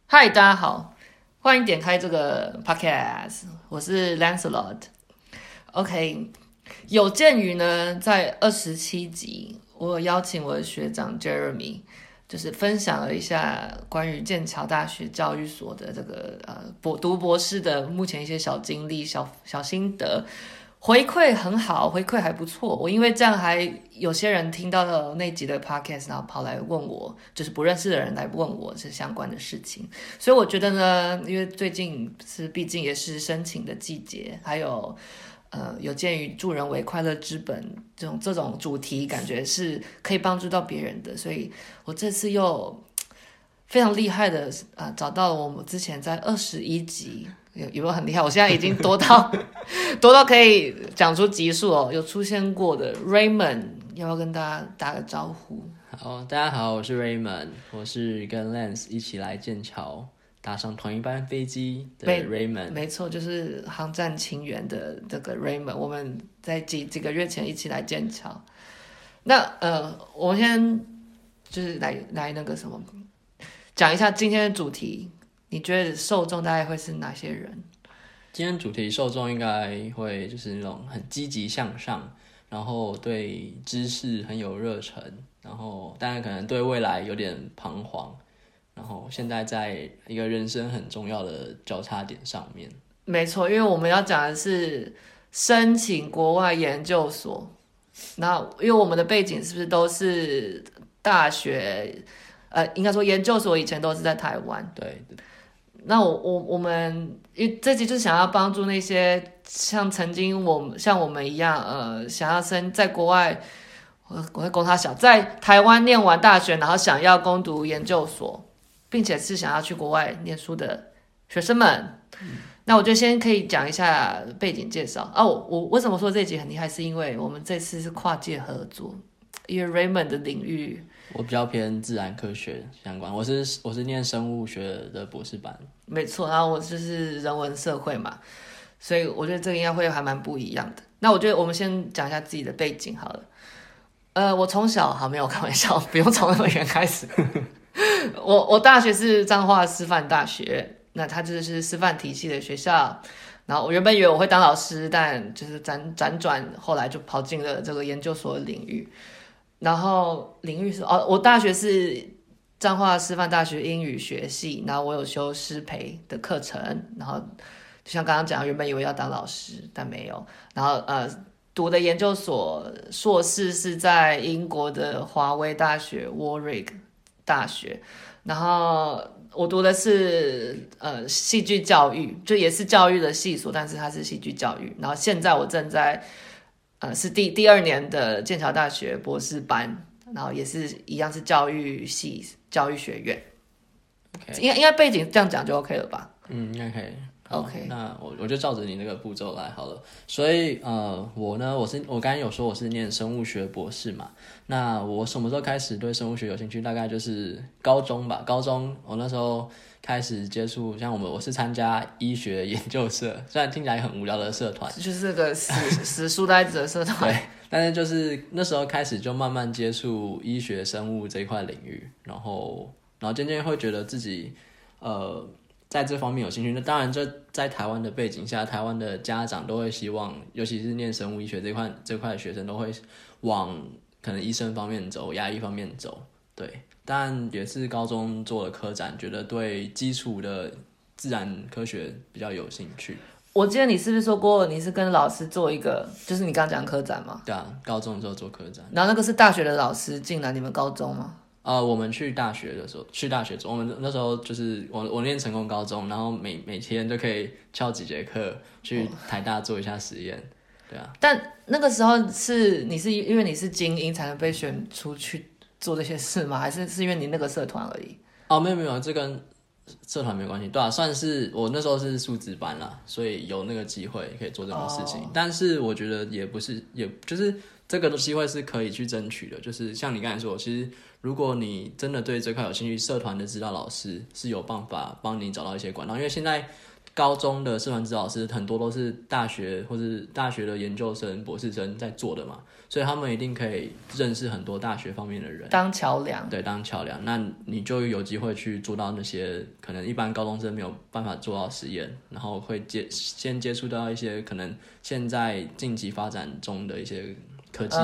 嗨，大家好，欢迎点开这个 podcast， 我是 Lancelot。OK， 有鉴于呢，在27集，我有邀请我的学长 Jeremy， 就是分享了一下关于剑桥大学教育所的这个读博士的目前一些小经历、小心得。回馈很好，回馈还不错。我因为这样还有些人听到了那集的 podcast， 然后跑来问我，就是不认识的人来问我这相关的事情。所以我觉得呢，因为最近毕竟也是申请的季节，还有有鉴于助人为快乐之本这种主题，感觉是可以帮助到别人的，所以我这次又非常厉害的找到了我们之前在21集。有没有很厉害？我现在已经多到可以讲出集数哦。有出现过的 Raymond， 要不要跟大家打个招呼？ 好，大家好，我是 Raymond， 我是跟 Lance 一起来剑桥搭上同一班飞机的 Raymond。 没错，就是航站情缘的这个 Raymond。我们在几个月前一起来剑桥。那我们先就是来那个什么，讲一下今天的主题。你觉得受众大概会是哪些人？ 今天主题受众应该会就是那种很积极向上，然后对知识很有热忱，然后当然可能对未来有点彷徨，然后现在在一个人生很重要的交叉点上面。 没错，因为我们要讲的是申请国外研究所。那因为我们的背景是不是都是大学？应该说研究所以前都是在台湾。 对。 那我们这集就是想要帮助那些像曾经像我们一样，想要在国外，我会供他小，在台湾念完大学，然后想要攻读研究所，并且是想要去国外念书的学生们。那我就先可以讲一下背景介绍啊。我为什么说这集很厉害，是因为我们这次是跨界合作，因为 Raymond 的领域。 我比较偏自然科学相关，我是念生物学的博士班。 没错，然后我就是人文社会嘛，所以我觉得这个应该会还蛮不一样的。那我觉得我们先讲一下自己的背景好了。我从小没有开玩笑，不用从那么远开始。我大学是彰化师范大学，那它就是师范体系的学校。然后我原本以为我会当老师，但就是辗转后来就跑进了这个研究所的领域。然后领域是我大学是彰化师范大学英语学系，然后我有修师培的课程，然后就像刚刚讲，原本以为要当老师，但没有。然后读的研究所硕士是在英国的华威大学 Warwick 大学，然后我读的是戏剧教育，就也是教育的系所，但是它是戏剧教育。然后现在我正在是第2年的剑桥大学博士班，然后也是一样是教育系教育学院。 Okay. 应该背景这样讲就 OK 了吧？ 应该可以。 OK， 那我就照着你那个步骤来好了。所以我呢，我刚刚有说我是念生物学博士嘛。那我什么时候开始对生物学有兴趣？大概就是高中吧。高中我那时候开始接触，像我是参加医学研究社，虽然听起来很无聊的社团， 就是这个死书呆子的社团。 对，但是就是那时候开始就慢慢接触医学生物这一块领域，然后渐渐会觉得自己在这方面有兴趣。那当然，这在台湾的背景下，台湾的家长都会希望，尤其是念生物医学这块的学生，都会往可能医生方面走，牙医方面走。对，但也是高中做了科展，觉得对基础的自然科学比较有兴趣。 我记得你是不是说过你是跟老师做一个，就是你刚讲科展嘛？ 对啊，高中的时候做科展。 然后那个是大学的老师进来你们高中吗？ 我们去大学的时候，我们那时候就是我念成功高中，然后每天就可以翘几节课去台大做一下实验，对啊。 但那个时候你是因为你是精英才能被选出去做这些事吗？还是因为你那个社团而已？ 没有，这跟社团没关系，对啊，算是我那时候是数资班啦，所以有那个机会可以做这种事情。但是我觉得也就是这个机会是可以去争取的，就是像你刚才说，其实如果你真的对这块有兴趣，社团的指导老师是有办法帮你找到一些管道，因为现在高中的社团指导师很多都是大学或是大学的研究生、博士生在做的嘛，所以他们一定可以认识很多大学方面的人， 当桥梁。 对，当桥梁，那你就有机会去做到那些可能一般高中生没有办法做到的实验，然后会先接触到一些可能现在近期发展中的一些科技。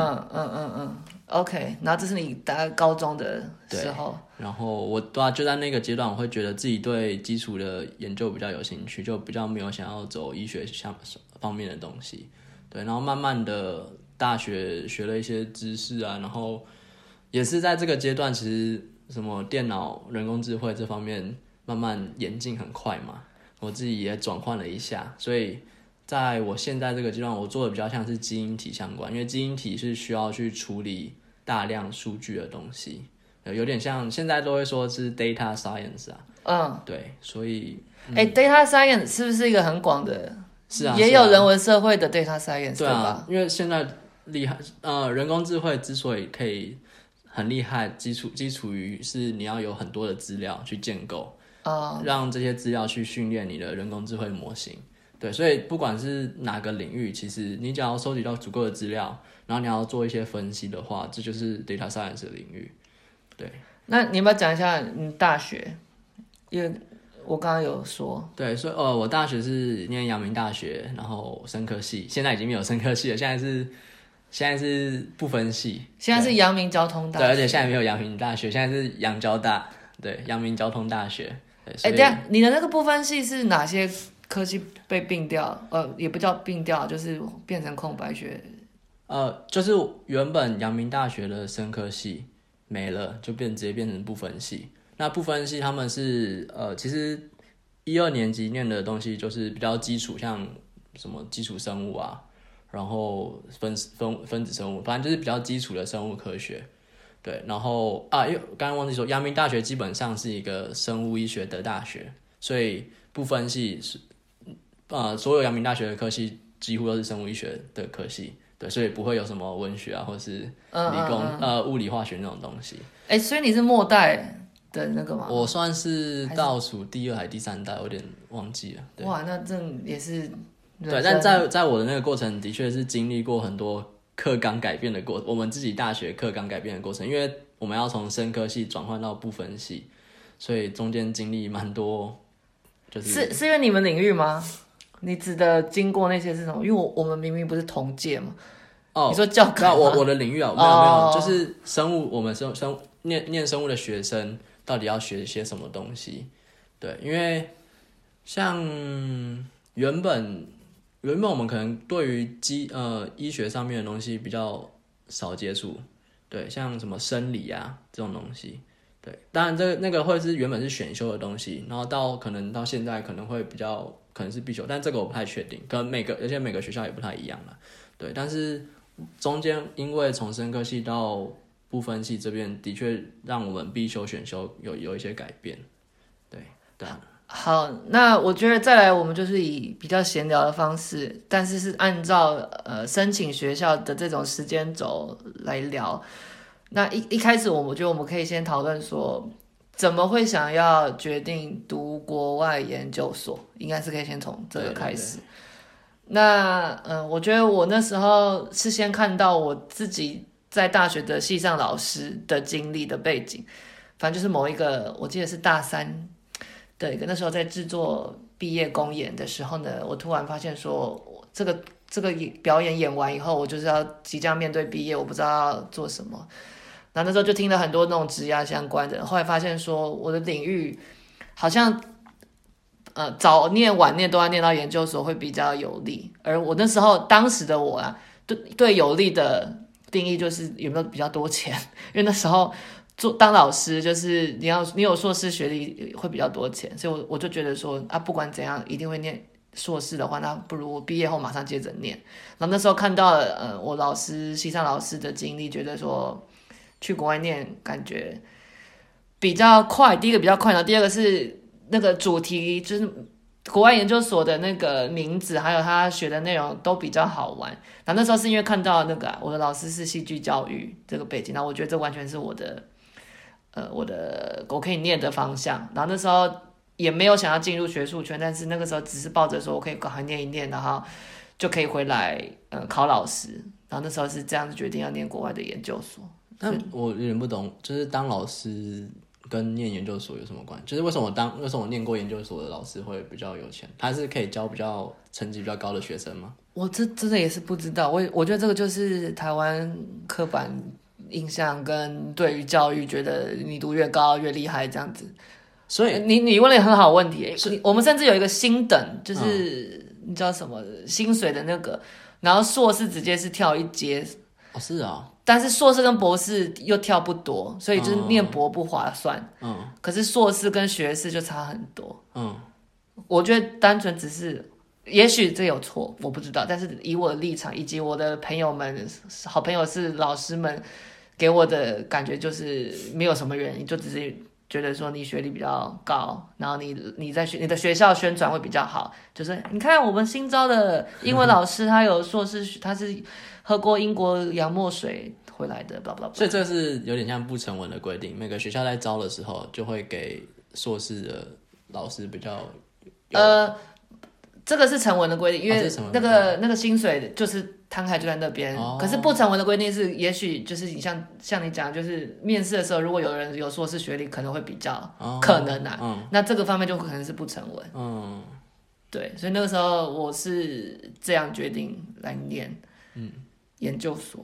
OK， 然后这是你大概高中的时候。 然后我就在那个阶段，我会觉得自己对基础的研究比较有兴趣，就比较没有想要走医学方面的东西。对，然后慢慢的大学学了一些知识啊，然后也是在这个阶段，其实什么电脑、人工智慧这方面慢慢演进很快嘛，我自己也转换了一下，所以在我现在这个阶段，我做的比较像是基因体相关，因为基因体是需要去处理大量数据的东西，有点像现在都会说是 data science 啊。对，所以 data science 是不是一个很广的？ 是啊， 也有人文社会的 data science， 对啊， 吧？ 因为现在厉害，人工智慧之所以可以很厉害，基础于是你要有很多的资料去建构，让这些资料去训练你的人工智慧模型。对，所以不管是哪个领域，其实你只要收集到足够的资料，然后你要做一些分析的话，这就是 data science 的领域。对， 那你要不要讲一下你大学？因为我刚刚有说， 对，所以我大学是念阳明大学，然后生科系，现在已经没有生科系了，现在是不分系， 现在是阳明交通大学， 对，而且现在没有阳明大学，现在是阳交大，对，阳明交通大学。 等一下，你的那个不分系是哪些科系被并掉？也不叫并掉，就是变成空白学。 就是原本阳明大学的生科系没了，就直接变成不分系。那不分系他们是其实1、2年级念的东西就是比较基础，像什么基础生物啊，然后分子生物，反正就是比较基础的生物科学。对，然后因为刚刚忘记说，阳明大学基本上是一个生物医学的大学，所以不分系是所有阳明大学的科系几乎都是生物医学的科系。对，所以不会有什么文学啊，或是理工物理化学那种东西。 所以你是末代的那个吗？ 我算是倒数第2还是第3代，我有点忘记了。对， 哇，那这也是对，但在我的那个过程，的确是经历过很多课纲改变的我们自己大学课纲改变的过程，因为我们要从生科系转换到不分系，所以中间经历蛮多。 是因为你们领域吗？你指的经过那些是什么？因为我们明明不是同届嘛。你说教改吗？ 我的领域没有，就是生物，我们念生物的学生到底要学些什么东西？对，因为像原本我们可能对于医学上面的东西比较少接触，对，像什么生理啊这种东西，对，当然那个会是原本是选修的东西，然后可能到现在可能会可能是必修，但这个我不太确定，可能而且每个学校也不太一样啦，对，但是中间因为从生科系到不分系这边，的确让我们必修选修有一些改变，对。 好，那我觉得再来我们就是以比较闲聊的方式，但是是按照申请学校的这种时间轴来聊。那一开始我觉得我们可以先讨论说，怎么会想要决定读国外研究所，应该是可以先从这个开始。对。那我觉得我那时候是先看到我自己在大学的系上老师的经历的背景，反正就是某一个我记得是大3的一个，那时候在制作毕业公演的时候呢，我突然发现说这个表演演完以后，我就是要即将面对毕业，我不知道要做什么。然后那时候就听了很多那种职涯相关的，后来发现说我的领域好像早念晚念都要念到研究所会比较有利，而我那时候当时的我啊，对有利的定义就是有没有比较多钱，因为那时候当老师就是你有硕士学历会比较多钱，所以我就觉得说不管怎样一定会念硕士的话，那不如我毕业后马上接着念。然后那时候看到了我系上老师的经历，觉得说去国外念感觉比较快，第一个比较快，然后第二个是那个主题就是国外研究所的那个名字还有他学的内容都比较好玩。然后那时候是因为看到那个我的老师是戏剧教育这个背景，然后我觉得这完全是我可以念的方向。然后那时候也没有想要进入学术圈，但是那个时候只是抱着说我可以赶快念一念，然后就可以回来考老师，然后那时候是这样子决定要念国外的研究所。 那我有点不懂，就是当老师跟念研究所有什么关系？就是为什么我念过研究所的老师会比较有钱？他是可以教比较成绩比较高的学生吗？ 我这真的也是不知道，我觉得这个就是台湾刻板印象跟对于教育觉得你读越高越厉害这样子。 所以你问了一个很好的问题，我们甚至有一个星等，就是你知道什么薪水的那个，然后硕士直接是跳一阶。 哦，是啊。 但是硕士跟博士又跳不多，所以就是念博不划算。可是硕士跟学士就差很多。我觉得单纯只是，也许这有错，我不知道。但是以我的立场，以及我的朋友们、好朋友是老师们给我的感觉，就是没有什么原因，就只是觉得说你学历比较高，然后你在你的学校宣传会比较好。就是你看我们新招的英文老师，他有硕士，他是喝过英国洋墨水回来的， blah blah blah。 所以这是有点像不成文的规定，每个学校在招的时候就会给硕士的老师比较这个是成文的规定，因为那个薪水就是摊开就在那边。可是不成文的规定是，也许就是你像你讲，就是面试的时候，如果有人有硕士学历，可能会比较可能啊。那这个方面就可能是不成文。对，所以那个时候我是这样决定来念研究所。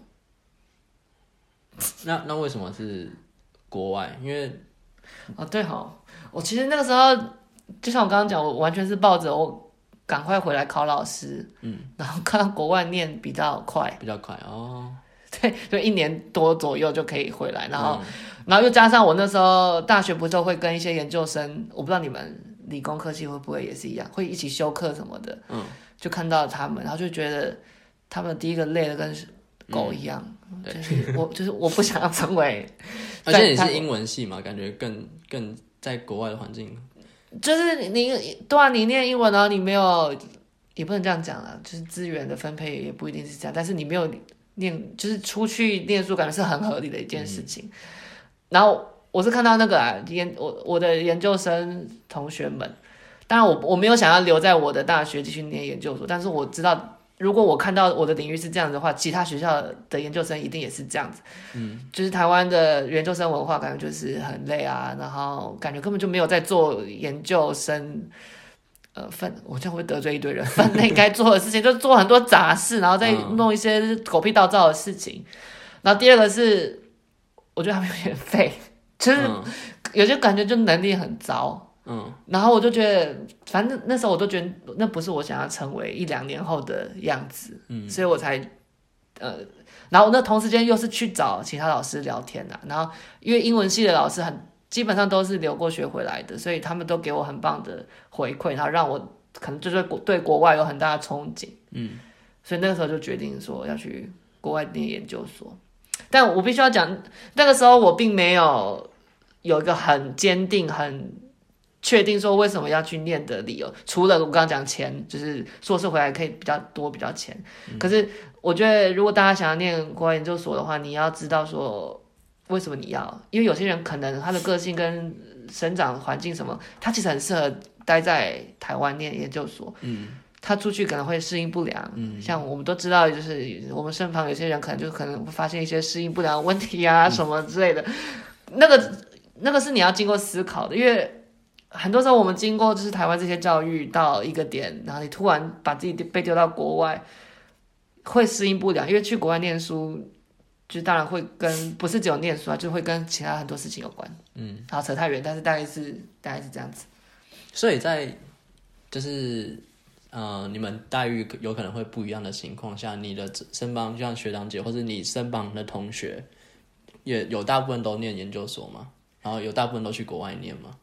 那为什么是国外？因为对齁，我其实那个时候就像我刚刚讲，我完全是抱着我赶快回来考老师，然后看到国外念比较快哦。 对，就1年多左右就可以回来，然后又加上我那时候大学不是会跟一些研究生，我不知道你们理工科系会不会也是一样，会一起修课什么的，就看到他们，然后就觉得他们第一个累的跟狗一样，就是我不想要成为， 而且你是英文系嘛，感觉更在国外的环境， 就是对啊，你念英文然后你没有，也不能这样讲啦，就是资源的分配也不一定是这样，但是你没有念，就是出去念书，感觉是很合理的一件事情。然后我是看到那个我的研究生同学们，当然我没有想要留在我的大学继续念研究所，但是我知道，如果我看到我的领域是这样的话，其他学校的研究生一定也是这样子。就是台湾的研究生文化感觉就是很累啊，然后感觉根本就没有在做研究生。我这样会得罪一堆人。分内该做的事情，就做很多杂事，然后再弄一些狗屁倒灶的事情。然后第二个是，我觉得他们有点废，就是有些感觉就能力很糟。然后我就觉得，反正那时候我都觉得那不是我想要成为1-2年后的样子。所以我才然后那同时间又是去找其他老师聊天啊，然后因为英文系的老师基本上都是留过学回来的，所以他们都给我很棒的回馈，然后让我可能就是对国外有很大的憧憬。所以那个时候就决定说要去国外念研究所。但我必须要讲，那个时候我并没有一个很坚定、很确定说为什么要去念的理由，除了我刚刚讲钱，就是硕士回来可以比较多比较钱。可是我觉得，如果大家想要念国外研究所的话，你要知道说。为什么你要？因为有些人可能他的个性跟生长环境什么，他其实很适合待在台湾念研究所。他出去可能会适应不良。像我们都知道，就是我们身旁有些人可能会发现一些适应不良的问题啊，什么之类的。那个是你要经过思考的，因为很多时候我们经过就是台湾这些教育到一个点，然后你突然把自己被丢到国外，会适应不良，因为去国外念书。就当然会不是只有念书啊，就会跟其他很多事情有关。好，扯太远，但是大概是这样子。 所以在就是你们待遇有可能会不一样的情况下，你的身旁就像学长姐或者你身旁的同学，也有大部分都念研究所吗？然后有大部分都去国外念吗？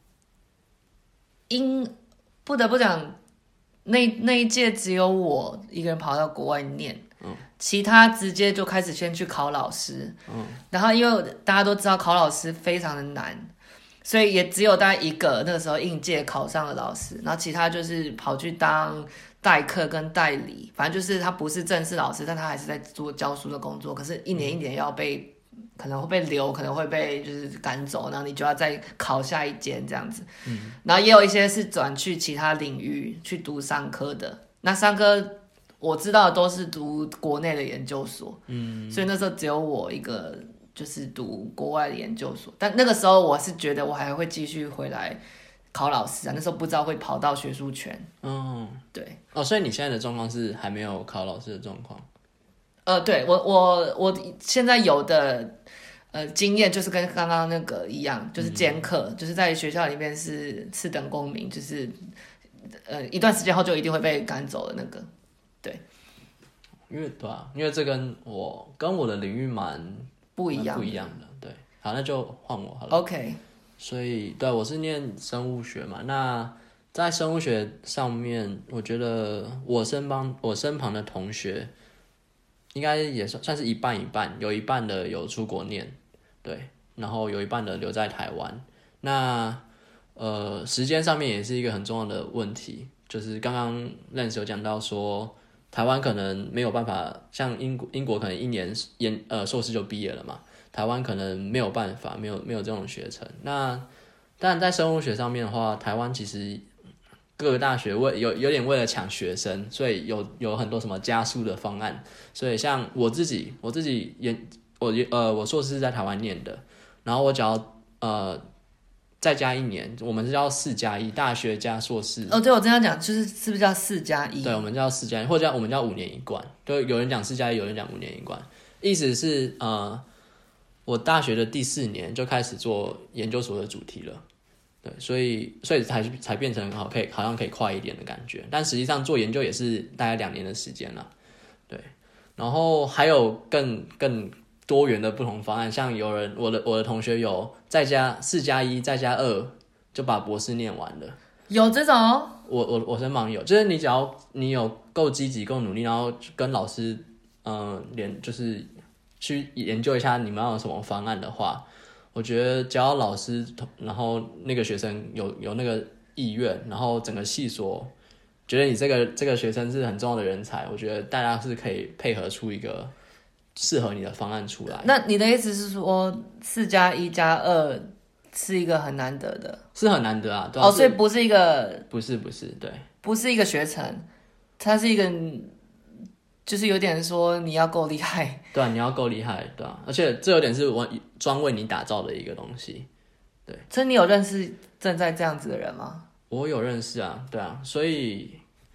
不得不讲，那一届只有我一个人跑到国外念。其他直接就开始先去考老师。然后因为大家都知道考老师非常的难，所以也只有大概一个那个时候应届考上了老师，然后其他就是跑去当代课跟代理，反正就是他不是正式老师，但他还是在做教书的工作，可是一年一年要被可能会被留，可能会被就是赶走，然后你就要再考下一间这样子。然后也有一些是转去其他领域去读商科的，那商科我知道的都是读国内的研究所，所以那时候只有我一个就是读国外的研究所，但那个时候我是觉得我还会继续回来考老师啊，那时候不知道会跑到学术圈。对。 所以你现在的状况是还没有考老师的状况？ 对，我现在有的经验就是跟刚刚那个一样，就是兼课，就是在学校里面是次等公民，就是一段时间后就一定会被赶走的那个。对， 因为这跟我的领域蛮不一样的。对，好，那就换我好了。 OK。 所以对，我是念生物学嘛，那在生物学上面，我觉得我身旁的同学应该也算是一半一半，有一半的有出国念，对，然后有一半的留在台湾。那时间上面也是一个很重要的问题，就是刚刚 Lance 有讲到说，台湾可能没有办法像英国可能一年硕士就毕业了嘛，台湾可能没有办法，没有这种学程。那当然在生物学上面的话，台湾其实各个大学有点为了抢学生，所以有很多什么加速的方案。所以像我自己我硕士是在台湾念的，然后我只要再加一年，我们是叫4+1，大学加硕士。 对，我这样讲，就是是不是叫4+1？ 对，我们叫4+1，或者我们叫5年一贯，就有人讲4+1，有人讲5年一贯。意思是我大学的第4年就开始做研究所的主题了。对，所以才变成好像可以快一点的感觉，但实际上做研究也是大概2年的时间啦。对，然后还有更多元的不同方案，像我的同学有再加4+1再加2就把博士念完了。 有这种？ 我身旁有，就是只要你有够积极够努力，然后跟老师就是去研究一下你们要有什么方案的话，我觉得只要老师然后那个学生有那个意愿，然后整个系所觉得你这个学生是很重要的人才，我觉得大家是可以配合出一个适合你的方案出来。 那你的意思是说4+1+2是一个很难得的？ 是很难得啊。对啊， 所以不是一个不是对， 不是一个学程，它是一个就是有点说你要够厉害。 对啊，你要够厉害，对啊，而且这有点是我专为你打造的一个东西。对， 所以你有认识正在这样子的人吗？ 我有认识啊，对啊，所以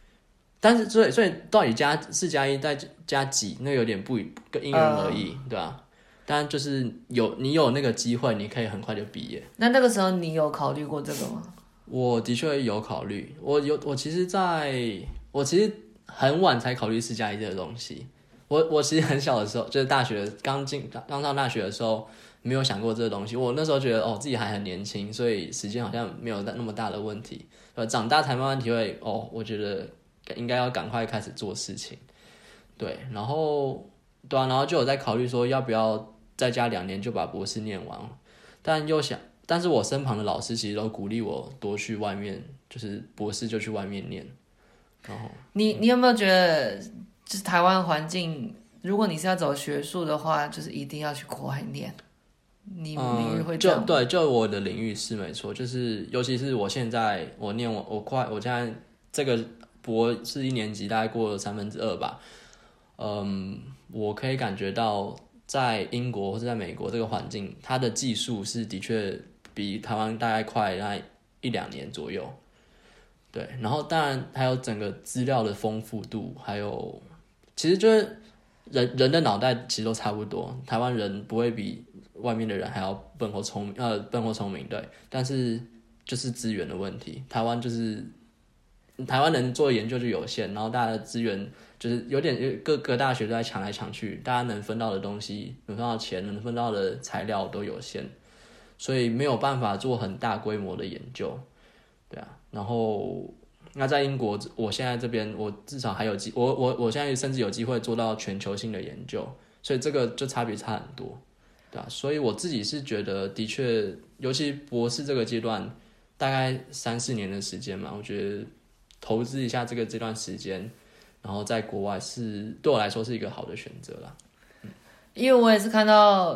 到底加4+1再加几，那有点因人而异，对啊。但就是你有那个机会，你可以很快就毕业。 那个时候你有考虑过这个吗？ 我的确有考虑，我其实很晚才考虑4+1这个东西。我其实很小的时候，就是大学刚上大学的时候，没有想过这个东西。我那时候觉得自己还很年轻，所以时间好像没有那么大的问题。长大才慢慢体会我觉得应该要赶快开始做事情。对，然后对啊，然后就有在考虑说要不要再加2年就把博士念完，但是我身旁的老师其实都鼓励我多去外面，就是博士就去外面念。然后你有没有觉得，就是台湾环境，如果你是要走学术的话，就是一定要去国外念？你领域会这样？ 对，就我的领域是没错，就是尤其是我现在我现在这个博士1年级大概过了2/3吧。我可以感觉到在英国或者在美国这个环境，它的技术是的确比台湾大概快1-2年左右。对，然后当然还有整个资料的丰富度，还有其实就是人的脑袋其实都差不多，台湾人不会比外面的人还要笨或聪明，对，但是就是资源的问题，台湾能做的研究就有限，然后大家的资源就是有点各个大学都在抢来抢去，大家能分到的东西、能分到的钱、能分到的材料都有限，所以没有办法做很大规模的研究，对啊。然后那在英国，我现在这边我至少还有我现在甚至有机会做到全球性的研究，所以这个就差别差很多，对啊。所以我自己是觉得，的确，尤其博士这个阶段，大概3-4年的时间嘛，我觉得投资一下这段时间，然后在国外对我来说是一个好的选择啦。 因为我也是看到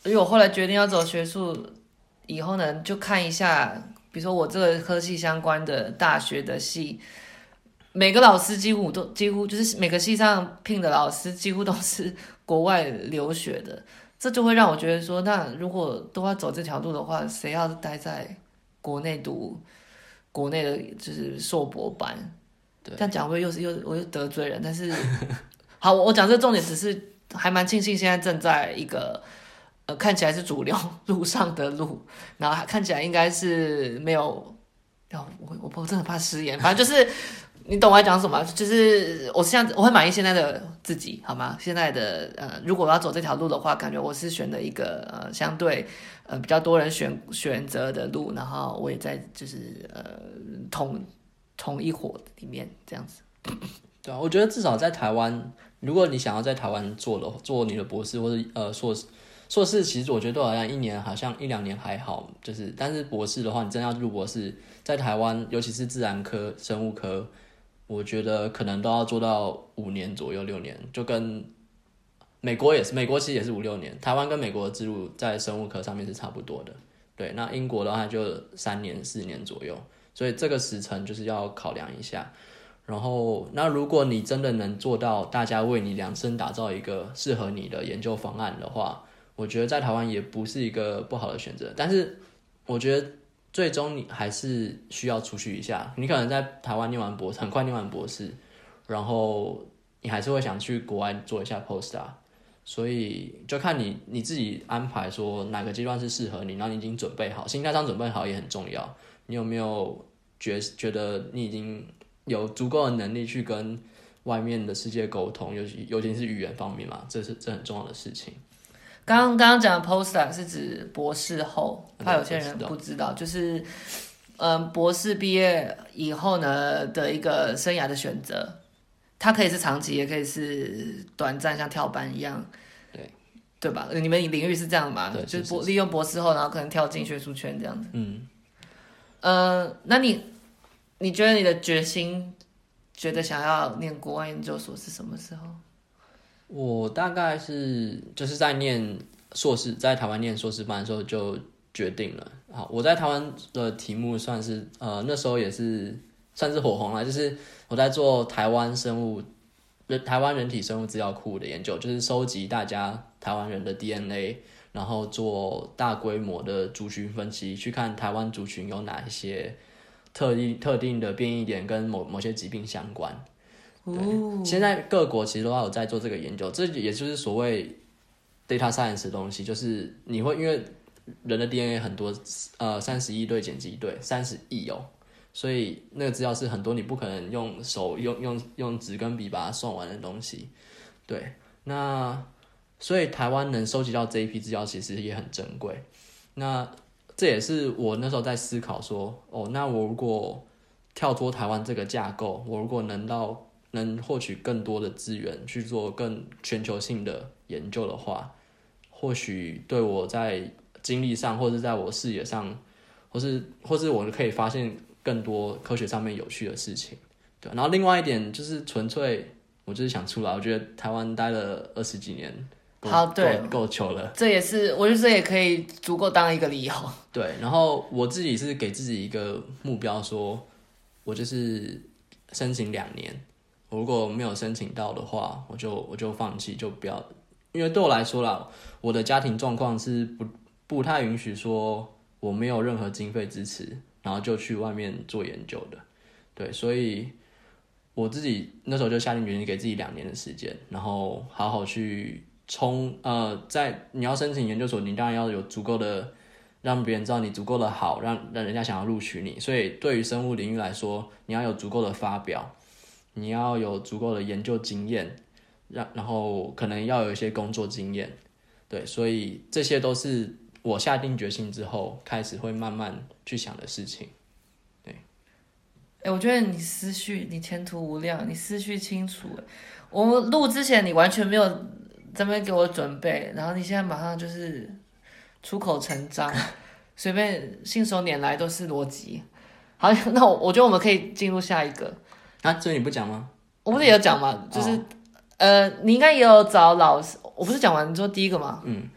因为我后来决定要走学术以后呢，就看一下，比如说我这个科系相关的大学的系，每个老师几乎就是每个系上聘的老师几乎都是国外留学的，这就会让我觉得说，那如果都要走这条路的话，谁要待在国内读国内的就是硕博班？ 对， 这样讲会我又得罪人，但是好，我讲这重点只是还蛮庆幸现在正在一个看起来是主流路上的路，然后看起来应该是没有，我真的怕失言，反正就是你懂我在讲什么，就是我会满意现在的自己，好吗？现在的如果我要走这条路的话，感觉我是选了一个相对比较多人选择的路，然后我也在就是同一伙里面这样子。 对啊，我觉得至少在台湾，如果你想要在台湾做你的博士或者硕士，其实我觉得对我来讲一年好像1-2年还好，就是但是博士的话，你真的要入博士，在台湾尤其是自然科、生物科，我觉得可能都要做到5年左右6年，就跟美国也是，美国其实也是5-6年，台湾跟美国的制度在生物科上面是差不多的。对，那英国的话就3年4年左右，所以这个时程就是要考量一下。然后，那如果你真的能做到大家为你量身打造一个适合你的研究方案的话，我觉得在台湾也不是一个不好的选择。但是，我觉得最终你还是需要出去一下。你可能在台湾念完博士，很快念完博士，然后你还是会想去国外做一下 postdoc。所以就看你自己安排，说哪个阶段是适合你，然后你已经准备好，心态上准备好也很重要。你有没有觉得你已经有足够的能力去跟外面的世界沟通，尤其是语言方面嘛，这很重要的事情。 刚刚讲的 postdoc 是指博士后，怕有些人不知道，就是博士毕业以后呢的一个生涯的选择，它可以是长期，也可以是短暂，像跳板一样，对吧？你们领域是这样吗？ 对， 就是利用博士后，然后可能跳进学术圈这样子。那你觉得你的决心，觉得想要念国外研究所是什么时候？ 我大概就是在念硕士，在台湾念硕士班的时候就决定了。好，我在台湾的题目算是那时候也是算是火红了，就是我在做台湾人体生物资料库的研究，就是收集大家台湾人的 DNA， 然后做大规模的族群分析，去看台湾族群有哪一些特定的变异点跟某些疾病相关。对，现在各国其实都有在做这个研究，这也就是所谓 data science 的东西，就是你会因为人的 DNA 很多，30亿对碱基对，30亿哦，所以那个资料是很多你不可能用手用纸跟笔把它算完的东西。对，那所以台湾能收集到这一批资料其实也很珍贵。那这也是我那时候在思考说，那我如果跳脱台湾这个架构，我如果能获取更多的资源去做更全球性的研究的话，或许对我在精力上，或是在我视野上，或是我可以发现更多科学上面有趣的事情。对，然后另外一点就是纯粹我就是想出来，我觉得台湾待了20几年， 好，对， 够久了。 这也是我觉得这也可以足够当一个理由。 对，然后我自己是给自己一个目标说，我就是申请2年。我如果没有申请到的话，我就放弃，就不要，因为对我来说啦，我的家庭状况是不太允许说我没有任何经费支持，然后就去外面做研究的。对，所以我自己那时候就下定决心给自己2年的时间，然后好好去在你要申请研究所，你当然要有足够的让别人知道你足够的好，让人家想要录取你。所以对于生物领域来说，你要有足够的发表。你要有足够的研究经验，然后可能要有一些工作经验，对，所以这些都是我下定决心之后开始会慢慢去想的事情。对， 我觉得你前途无量，你思绪清楚。我们录之前你完全没有在那边给我准备，然后你现在马上就是出口成章，随便信手拈来都是逻辑。好，那我觉得我们可以进入下一个。 这你不讲吗？ 我不是也有讲吗？就是你应该也有找老师，我不是讲完你说第一个吗？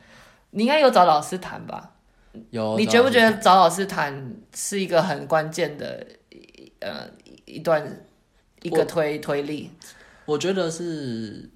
你应该有找老师谈吧？ 有。 你觉不觉得找老师谈是一个很关键的一个推力？ 我觉得是，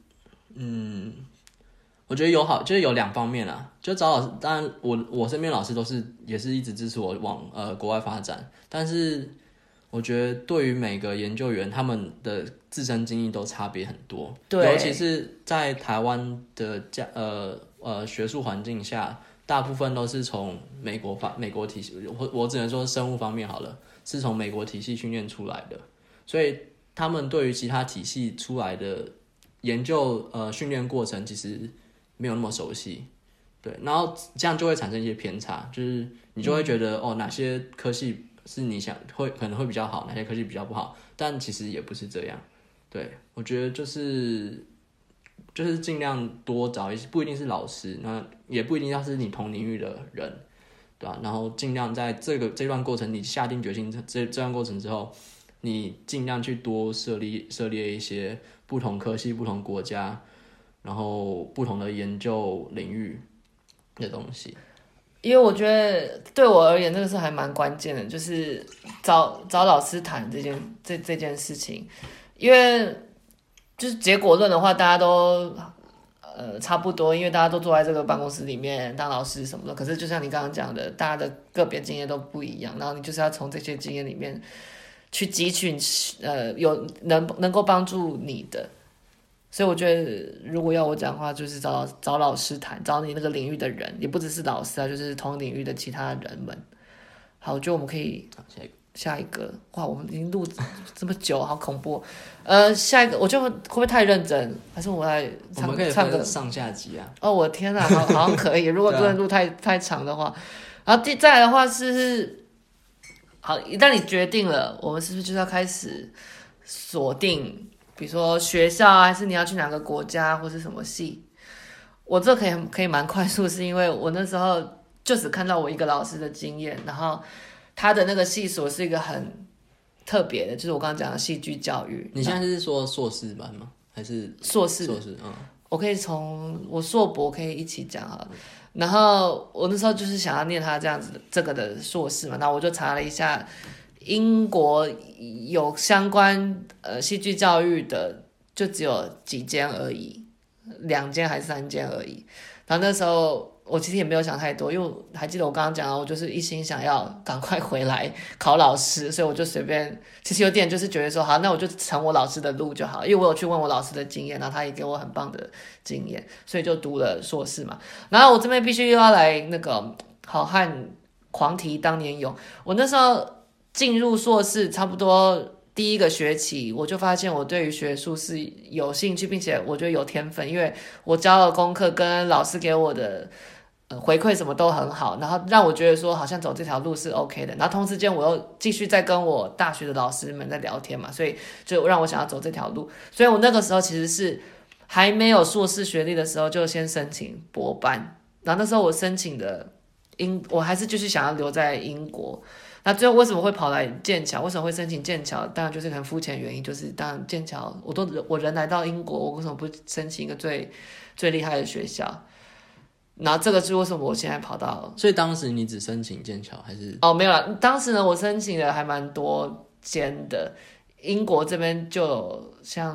我觉得有好，就是有两方面啦。就找老师，当然我身边老师也是一直支持我往国外发展，但是我觉得对于每个研究员，他们的自身经历都差别很多，尤其是在台湾的学术环境下，大部分都是从美国体系，我只能说生物方面好了，是从美国体系训练出来的，所以他们对于其他体系出来的研究训练过程其实没有那么熟悉，对，然后这样就会产生一些偏差，就是你就会觉得哪些科系是你可能会比较好，哪些科系比较不好，但其实也不是这样。对，我觉得就是尽量多找一些，不一定是老师，那也不一定要是你同领域的人，对吧？然后尽量在这段过程，你下定决心这段过程之后，你尽量去多涉猎一些不同科系、不同国家，然后不同的研究领域的东西。 因为我觉得对我而言，这个是还蛮关键的，就是找老师谈这件事情，因为就是结果论的话，大家都差不多，因为大家都坐在这个办公室里面当老师什么的。可是就像你刚刚讲的，大家的个别经验都不一样，然后你就是要从这些经验里面去汲取能够帮助你的。所以我觉得，如果要我讲的话，就是找老师谈，找你那个领域的人，也不只是老师啊，就是同领域的其他人们。好，我觉得我们可以下一个。哇，我们已经录这么久，好恐怖。下一个，我觉得会不会太认真？还是我来唱？ 我们可以分上下集啊。 哦，我的天哪，好像可以。如果真的录太长的话，然后再来的话是，好，一旦你决定了，我们是不是就要开始锁定？比如说学校啊，还是你要去哪个国家或是什么系？我这可以蛮快速，是因为我那时候就只看到我一个老师的经验，然后他的那个系所是一个很特别的，就是我刚刚讲的戏剧教育。 你现在是说硕士班吗？还是硕士？ 硕士， 我可以从我硕博可以一起讲哈。然后我那时候就是想要念他这样子这个的硕士嘛，那我就查了一下。英国有相关戏剧教育的，就只有几间而已，2间还是3间而已。然后那时候我其实也没有想太多，因为我还记得我刚刚讲的，我就是一心想要赶快回来考老师，所以我就随便，其实有点就是觉得说，好，那我就乘我老师的路就好，因为我有去问我老师的经验，然后他也给我很棒的经验，所以就读了硕士嘛。然后我这边必须又要来那个好汉狂提当年勇，我那时候。进入硕士差不多第1个学期，我就发现我对于学术是有兴趣，并且我觉得有天分，因为我交了功课跟老师给我的回馈什么都很好，然后让我觉得说好像走这条路是 OK 的。然后同时间我又继续在跟我大学的老师们在聊天嘛，所以就让我想要走这条路。所以我那个时候其实是还没有硕士学历的时候就先申请博班，然后那时候我申请的我还是继续想要留在英国。那最后为什么会跑来剑桥？为什么会申请剑桥？当然就是很肤浅原因，就是当然剑桥我人来到英国，我为什么不申请一个最厉害的学校？然后这个是为什么我现在跑到？ 所以当时你只申请剑桥还是？ 哦，没有啦，当时呢我申请的还蛮多间的，英国这边就有像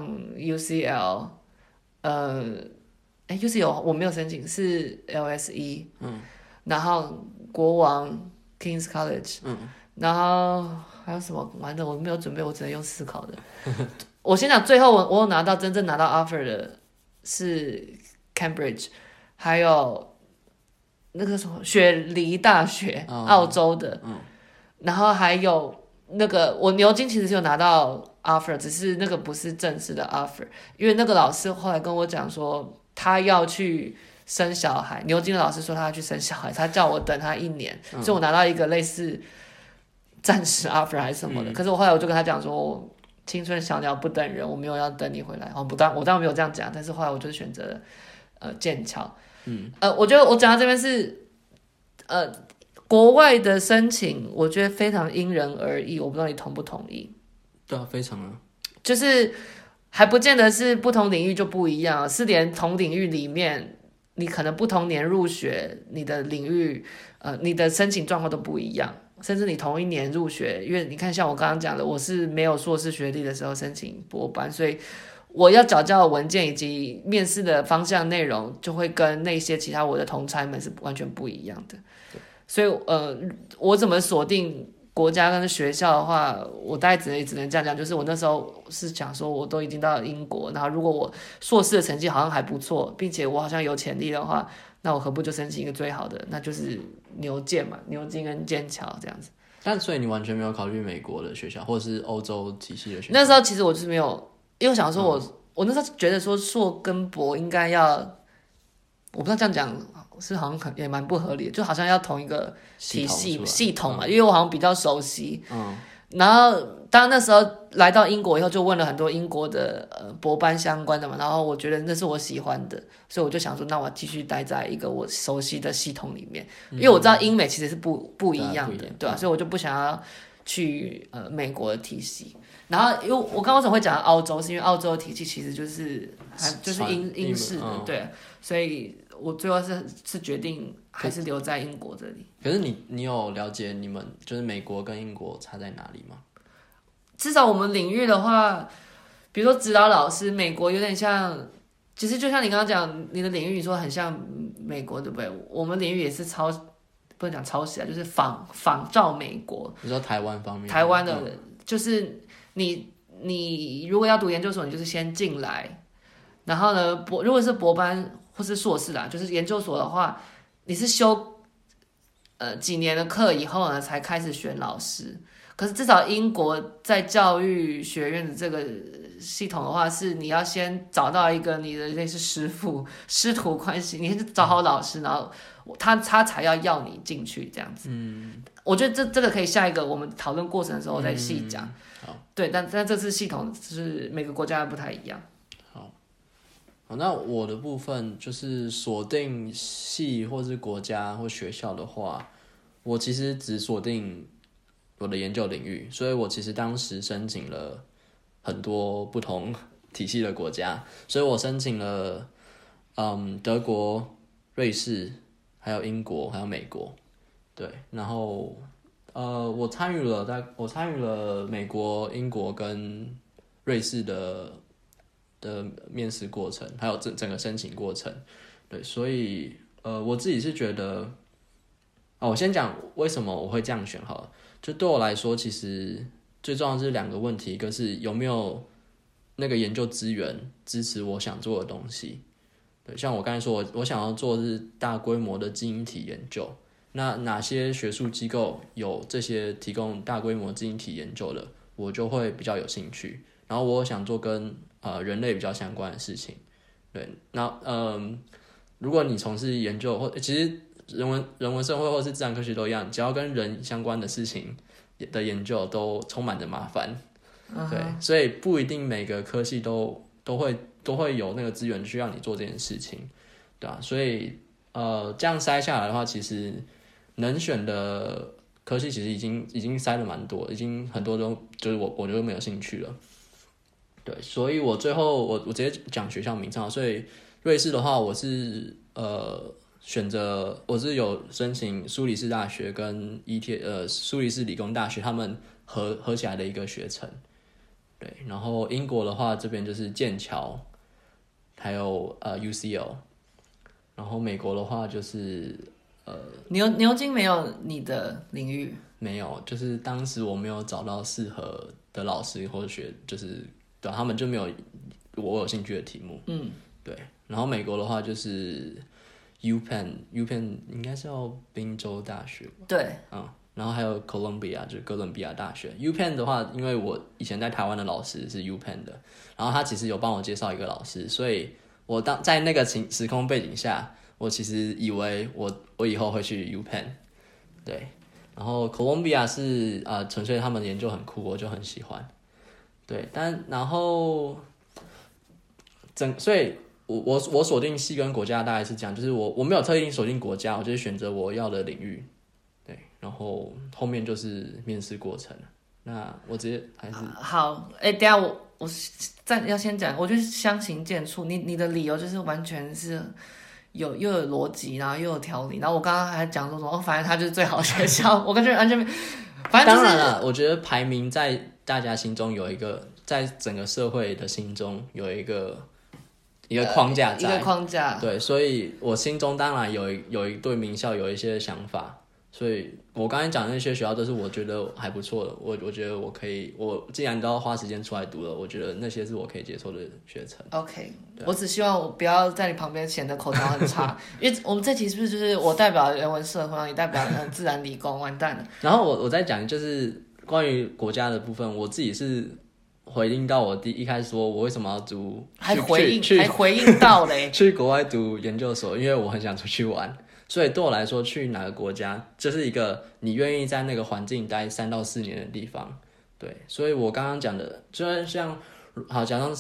UCL，UCL 我没有申请，是 LSE，然后国王。King's College，然后还有什么？完了，我没有准备，我只能用思考的。我先讲，最后我有真正拿到 offer 的是 Cambridge， 还有那个什么雪梨大学，澳洲的，然后还有那个我牛津其实就拿到 offer， 只是那个不是正式的 offer， 因为那个老师后来跟我讲说他要去。生小孩，牛津的老师说他要去生小孩，他叫我等他1年，所以我拿到一个类似暂时 offer 还是什么的。可是我后来我就跟他讲说，青春小鸟不等人，我没有要等你回来。我当然没有这样讲，但是后来我就选择剑桥。我觉得我讲到这边是国外的申请，我觉得非常因人而异，我不知道你同不同意？ 对啊，非常啊， 就是还不见得是不同领域就不一样，是连同领域里面。 你可能不同年入学，你的领域你的申请状况都不一样。甚至你同一年入学，因为你看，像我刚刚讲的，我是没有硕士学历的时候申请博班，所以我要缴交的文件以及面试的方向内容，就会跟那些其他我的同差们是完全不一样的。所以我怎么锁定国家跟学校的话，我大概只能这样讲，就是我那时候是讲说，我都已经到了英国，然后如果我硕士的成绩好像还不错，并且我好像有潜力的话，那我何不就申请一个最好的，那就是牛剑嘛，牛津跟剑桥这样子。 但所以你完全没有考虑美国的学校，或者是欧洲体系的学校？ 那时候其实我就是没有，因为我想说我那时候觉得说硕跟博应该要，我不知道这样讲是好像也蛮不合理的，就好像要同一个体系统嘛，因为我好像比较熟悉。然后当那时候来到英国以后，就问了很多英国的博班相关的嘛，然后我觉得那是我喜欢的，所以我就想说，那我继续待在一个我熟悉的系统里面，因为我知道英美其实是不一样的，对吧？所以我就不想要去美国的体系。然后因为我刚刚为什么会讲到澳洲，是因为澳洲的体系其实就是英式的，对，所以我最后是决定还是留在英国这里。 可是你有了解你们就是美国跟英国差在哪里吗？ 至少我们领域的话，比如说指导老师，美国有点像，其实就像你刚刚讲，你的领域你说很像美国，对不对？我们领域也是不能讲抄袭啊，就是仿照美国。 你说台湾方面？ 台湾的，就是你如果要读研究所，你就是先进来，然后呢，如果是博班或是硕士啦，就是研究所的话，你是修几年的课以后呢，才开始选老师。可是至少英国在教育学院的这个系统的话，是你要先找到一个你的类似师徒关系，你先找好老师，然后他才要你进去这样子。我觉得这个可以下一个我们讨论过程的时候再细讲。对，但这次系统是每个国家不太一样。 好，那我的部分就是锁定系或是国家或学校的话，我其实只锁定我的研究领域，所以我其实当时申请了很多不同体系的国家，所以我申请了德国、瑞士，还有英国，还有美国，对，然后我参与了美国、英国跟瑞士的面试过程，还有整个申请过程，对，所以我自己是觉得，我先讲为什么我会这样选好了。就对我来说，其实最重要的是两个问题，一个是有没有那个研究资源支持我想做的东西。对，像我刚才说，我想要做的是大规模的基因体研究，那哪些学术机构有这些提供大规模基因体研究的，我就会比较有兴趣。然后我想做跟人类比较相关的事情。对，那如果你从事研究或其实人文社会或是自然科学都一样，只要跟人相关的事情的研究都充满着麻烦，对，所以不一定每个科系都会有那个资源去让你做这件事情，对啊，所以这样筛下来的话，其实能选的科系其实已经筛了蛮多，已经很多都就是我就没有兴趣了，对，所以我最后我直接讲学校名称，所以瑞士的话，我是选择我是有申请苏黎世大学跟苏黎世理工大学他们合起来的一个学程，对，然后英国的话这边就是剑桥，还有UCL， 然后美国的话就是牛津没有你的领域， 没有，就是当时我没有找到适合的老师或者就是对他们就没有我有兴趣的题目，对，然后美国的话就是。UPenn 应该是叫宾州大学吧？ 对， 然后还有 Columbia 就是哥伦比亚大学。UPenn 的话，因为我以前在台湾的老师是 UPenn 的，然后他其实有帮我介绍一个老师，所以我在那个时空背景下，我其实以为我以后会去 UPenn， 对，然后 Columbia 是纯粹他们研究很酷，我就很喜欢，对，然后所以。我锁定系跟国家大概是这样，就是我没有特定锁定国家，我就是选择我要的领域，对，然后后面就是面试过程。那我直接还是好，等一下我要先讲，我就是相形见绌，你的理由就是完全是又有逻辑，然后又有条理。然后我刚刚还讲说什么，反正它就是最好的学校，我感觉完全没，反正、就是、 当然了，我觉得排名在大家心中有一个，在整个社会的心中有一个框架在， 一个框架。 对，所以我心中当然有一对名校有一些想法。所以我刚才讲的那些学校都是我觉得还不错的，我觉得我可以，我既然都要花时间出来读了，我觉得那些是我可以接受的学程。 OK， 我只希望我不要在你旁边显得口条很差，因为我们这题是不是就是我代表人文社会，你代表自然理工，完蛋了。 然后我再讲就是关于国家的部分，我自己是回应到我一开始说我为什么要读， 还回应到嘞， 去国外读研究所，因为我很想出去玩。所以对我来说，去哪个国家就是一个你愿意在那个环境待3到4年的地方。对，所以我刚刚讲的，就是像好假装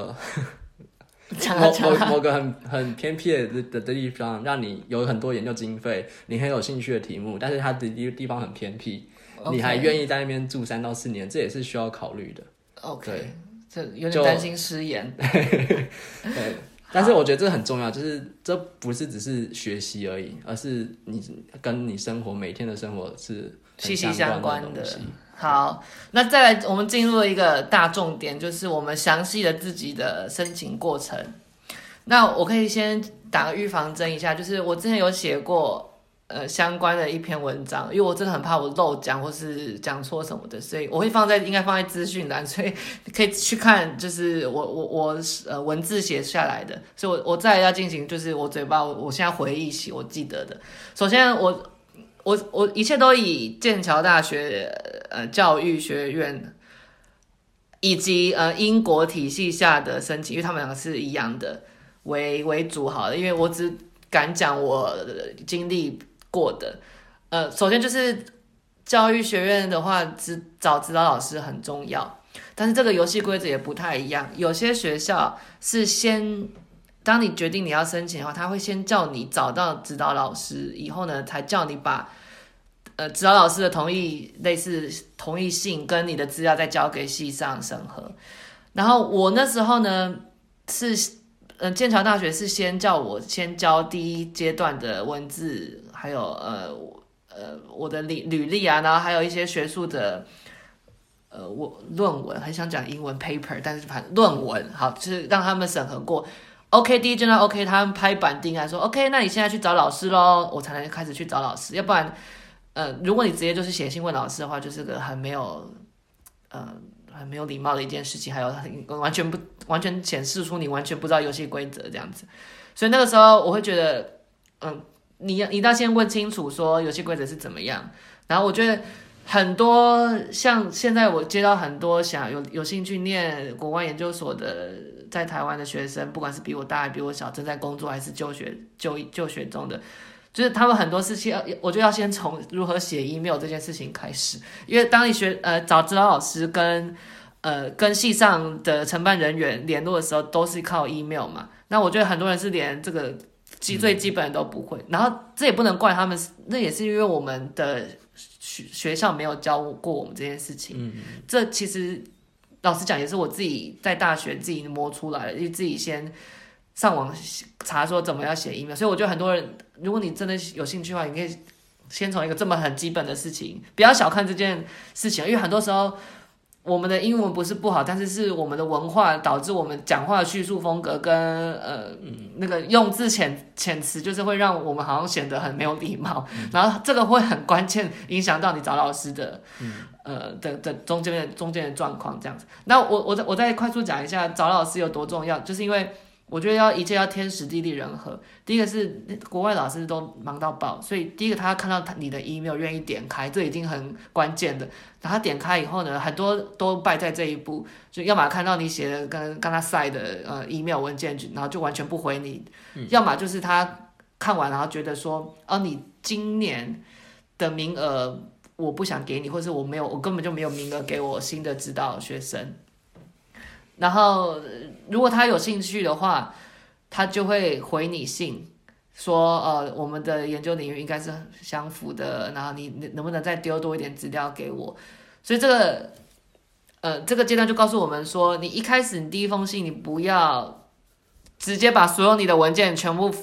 某个很偏僻的地方，让你有很多研究经费，你很有兴趣的题目，但是它的地方很偏僻， okay. 你还愿意在那边住3到4年，这也是需要考虑的。 OK， 这有点担心失言。 对。但是我觉得这很重要，就是这不是只是学习而已，而是你跟你生活每天的生活是息息相关的。 东西。 好，那再来，我们进入了一个大重点，就是我们详细的自己的申请过程。那我可以先打个预防针一下，就是我之前有写过相关的一篇文章，因为我真的很怕我漏讲或是讲错什么的，所以我会应该放在资讯栏，所以可以去看，就是我文字写下来的，所以我再来要进行就是我嘴巴我现在回忆起我记得的。首先我一切都以剑桥大学教育学院以及英国体系下的申请，因为他们两个是一样的为主好了，因为我只敢讲我经历过的。首先就是教育学院的话，找指导老师很重要，但是这个游戏规则也不太一样。有些学校是当你决定你要申请的话，他会先叫你找到指导老师，以后呢才叫你把指导老师的类似同意信跟你的资料再交给系上审核。然后我那时候呢是剑桥大学是先叫我先交第一阶段的文字，还有我的履历啊，然后还有一些学术的我论文，很想讲英文 paper， 但是反正论文好，就是让他们审核过 OK， 第一阶段 OK， 他们拍板定案说 OK， 那你现在去找老师咯，我才能开始去找老师。要不然如果你直接就是写信问老师的话，就是个很没有礼貌的一件事情，还有完全显示出你完全不知道游戏规则这样子。所以那个时候我会觉得你要先问清楚说游戏规则是怎么样。然后我觉得很多像现在我接到很多想有兴趣念国外研究所的在台湾的学生，不管是比我大还比我小，正在工作还是就学中的，就是他们很多事情我觉得要先从如何写 email 这件事情开始。因为当你找指导老师跟系上的承办人员联络的时候，都是靠 email 嘛。那我觉得很多人是连这个最基本的都不会，然后这也不能怪他们，那也是因为我们的学校没有教过我们这件事情。这其实老实讲也是我自己在大学自己摸出来的，就自己先上网查说怎么样写 email。所以我觉得很多人，如果你真的有兴趣的话，你可以先从一个这么很基本的事情，不要小看这件事情，因为很多时候我们的英文不是不好，但是我们的文化导致我们讲话的叙述风格跟那个用字遣词，就是会让我们好像显得很没有礼貌。然后这个会很关键影响到你找老师的的中间的状况这样子。那我再快速讲一下找老师有多重要，就是因为我觉得一切要天时地利人和。第一个是国外老师都忙到爆，所以第一个他看到你的 email 愿意点开，这已经很关键的。然后他点开以后呢，很多都败在这一步，就要么看到你写的跟他晒的email 文件，然后就完全不回你，要么就是他看完然后觉得说你今年的名额我不想给你，或是我根本就没有名额给我新的指导学生。然后如果他有兴趣的话，他就会回你信说我们的研究领域应该是相符的，然后你能不能再丢多一点资料给我。所以这个阶段就告诉我们说，你一开始你第一封信你不要直接把所有你的文件全部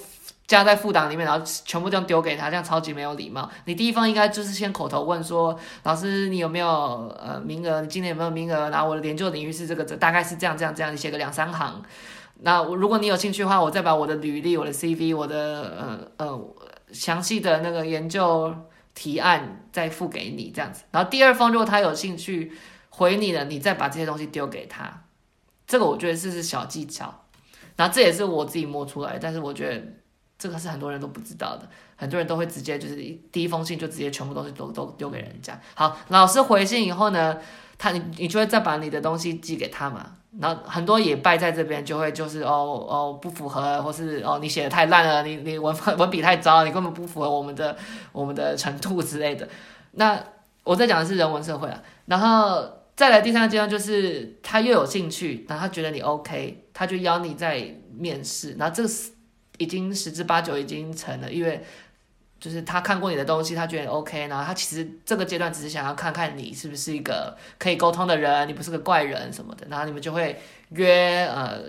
加在副档里面，然后全部这样丢给他，这样超级没有礼貌。你第一封应该就是先口头问说，老师你有没有名额？你今年有没有名额？然后我的研究领域是这个，大概是这样，你写个2-3行。那如果你有兴趣的话，我再把我的履历、我的 CV、我的详细的那个研究提案再付给你这样子。然后第二封如果他有兴趣回你了，你再把这些东西丢给他。这个我觉得是小技巧。然后这也是我自己摸出来，但是我觉得这个是很多人都不知道的，很多人都会直接就是第一封信就直接全部东西都丢给人家。好，老师回信以后呢，你就会再把你的东西寄给他嘛。然后很多也败在这边，就会就是不符合，或是你写的太烂了，你文笔太糟，你根本不符合我们的程度之类的。那我在讲的是人文社会啊，然后再来第3个阶段就是他又有兴趣，然后他觉得你 OK， 他就邀你在面试，然后这个已经10之8九已经成了，因为就是他看过你的东西，他觉得 OK， 然后他其实这个阶段只是想要看看你是不是一个可以沟通的人，你不是个怪人什么的，然后你们就会约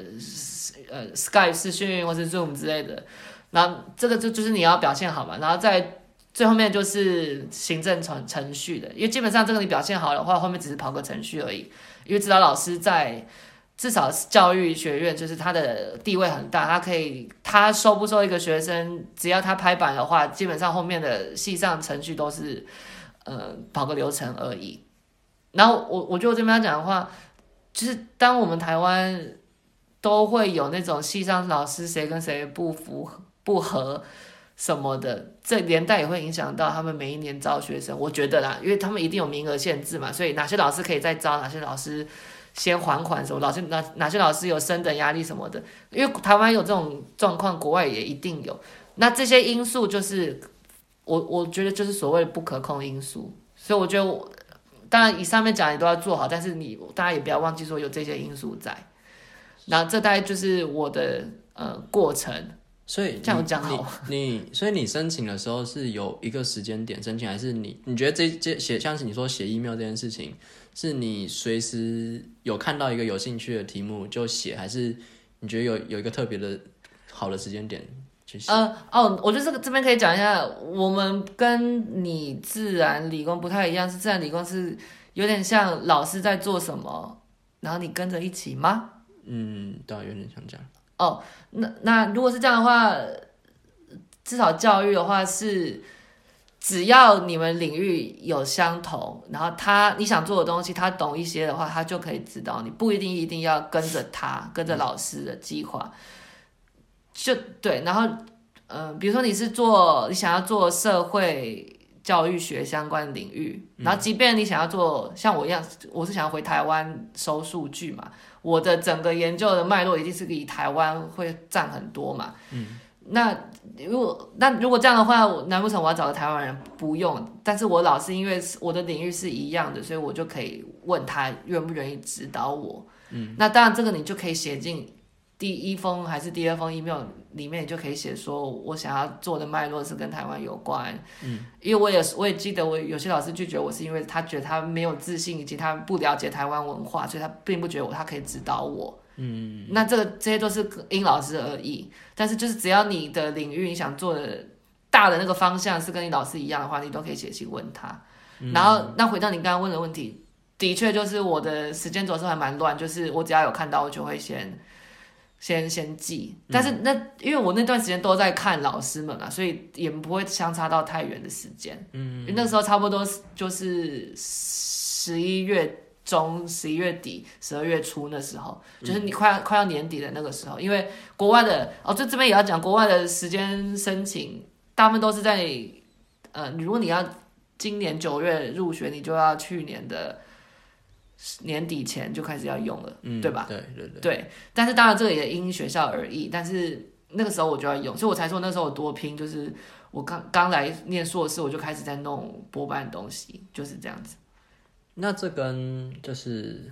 Skype 视讯或是 Zoom 之类的，然后这个就是你要表现好嘛，然后在最后面就是行政程序的，因为基本上这个你表现好的话，后面只是跑个程序而已，因为指导老师在至少教育学院就是他的地位很大，他收不收一个学生，只要他拍板的话，基本上后面的系上程序都是跑个流程而已。然后我觉得我这边要讲的话，就是当我们台湾都会有那种系上老师谁跟谁不合什么的，这连带也会影响到他们每一年招学生。我觉得啦，因为他们一定有名额限制嘛，所以哪些老师可以再招，哪些老师先缓什么，哪些老师有升等压力什么的，因为台湾有这种状况，国外也一定有。那这些因素就是我觉得就是所谓的不可控因素，所以我觉得当然以上面讲你都要做好，但是大家也不要忘记说有这些因素在。然后这大概就是我的过程。 所以这样讲好。 所以你申请的时候是有一个时间点申请，还是你觉得这像是你说写 email 这件事情，是你随时有看到一个有兴趣的题目就写，还是你觉得有一个特别的好的时间点去写？ 我觉得这边可以讲一下，我们跟你自然理工不太一样，是自然理工是有点像老师在做什么，然后你跟着一起吗？ 对，有点像这样。 那如果是这样的话，至少教育的话是，只要你们领域有相同，然后你想做的东西他懂一些的话，他就可以指导你，不一定要跟着老师的计划，就对。然后比如说你想要做社会教育学相关领域，然后即便你想要做像我一样，我是想要回台湾收数据嘛。我的整个研究的脉络一定是以台湾会占很多嘛，那如果这样的话，难不成我要找个台湾人？不用，但是我老师因为我的领域是一样的，所以我就可以问他愿不愿意指导我。那当然这个你就可以写进第一封还是第2封 email 里面，你就可以写说我想要做的脉络是跟台湾有关。因为我也记得我有些老师拒绝我是因为他觉得他没有自信，以及他不了解台湾文化，所以他并不觉得他可以指导我。那这些都是因老师而异，但是就是只要你的领域你想做的大的那个方向是跟你老师一样的话，你都可以写信问他。然后那回到你刚刚问的问题，的确就是我的时间轴是还蛮乱，就是我只要有看到我就会先记，但是因为我那段时间都在看老师们啊，所以也不会相差到太远的时间。因为那时候差不多就是11月中、11月底、12月初那时候，就是你快要年底的那个时候。因为国外的这边也要讲，国外的时间申请大部分都是在如果你要今年9月入学，你就要去年的年底前就开始要用了，对吧？对。但是当然这个也因学校而异，但是那个时候我就要用，所以我才说那时候我多拼，就是我刚来念硕士，我就开始在弄博班的东西，就是这样子。 那这跟就是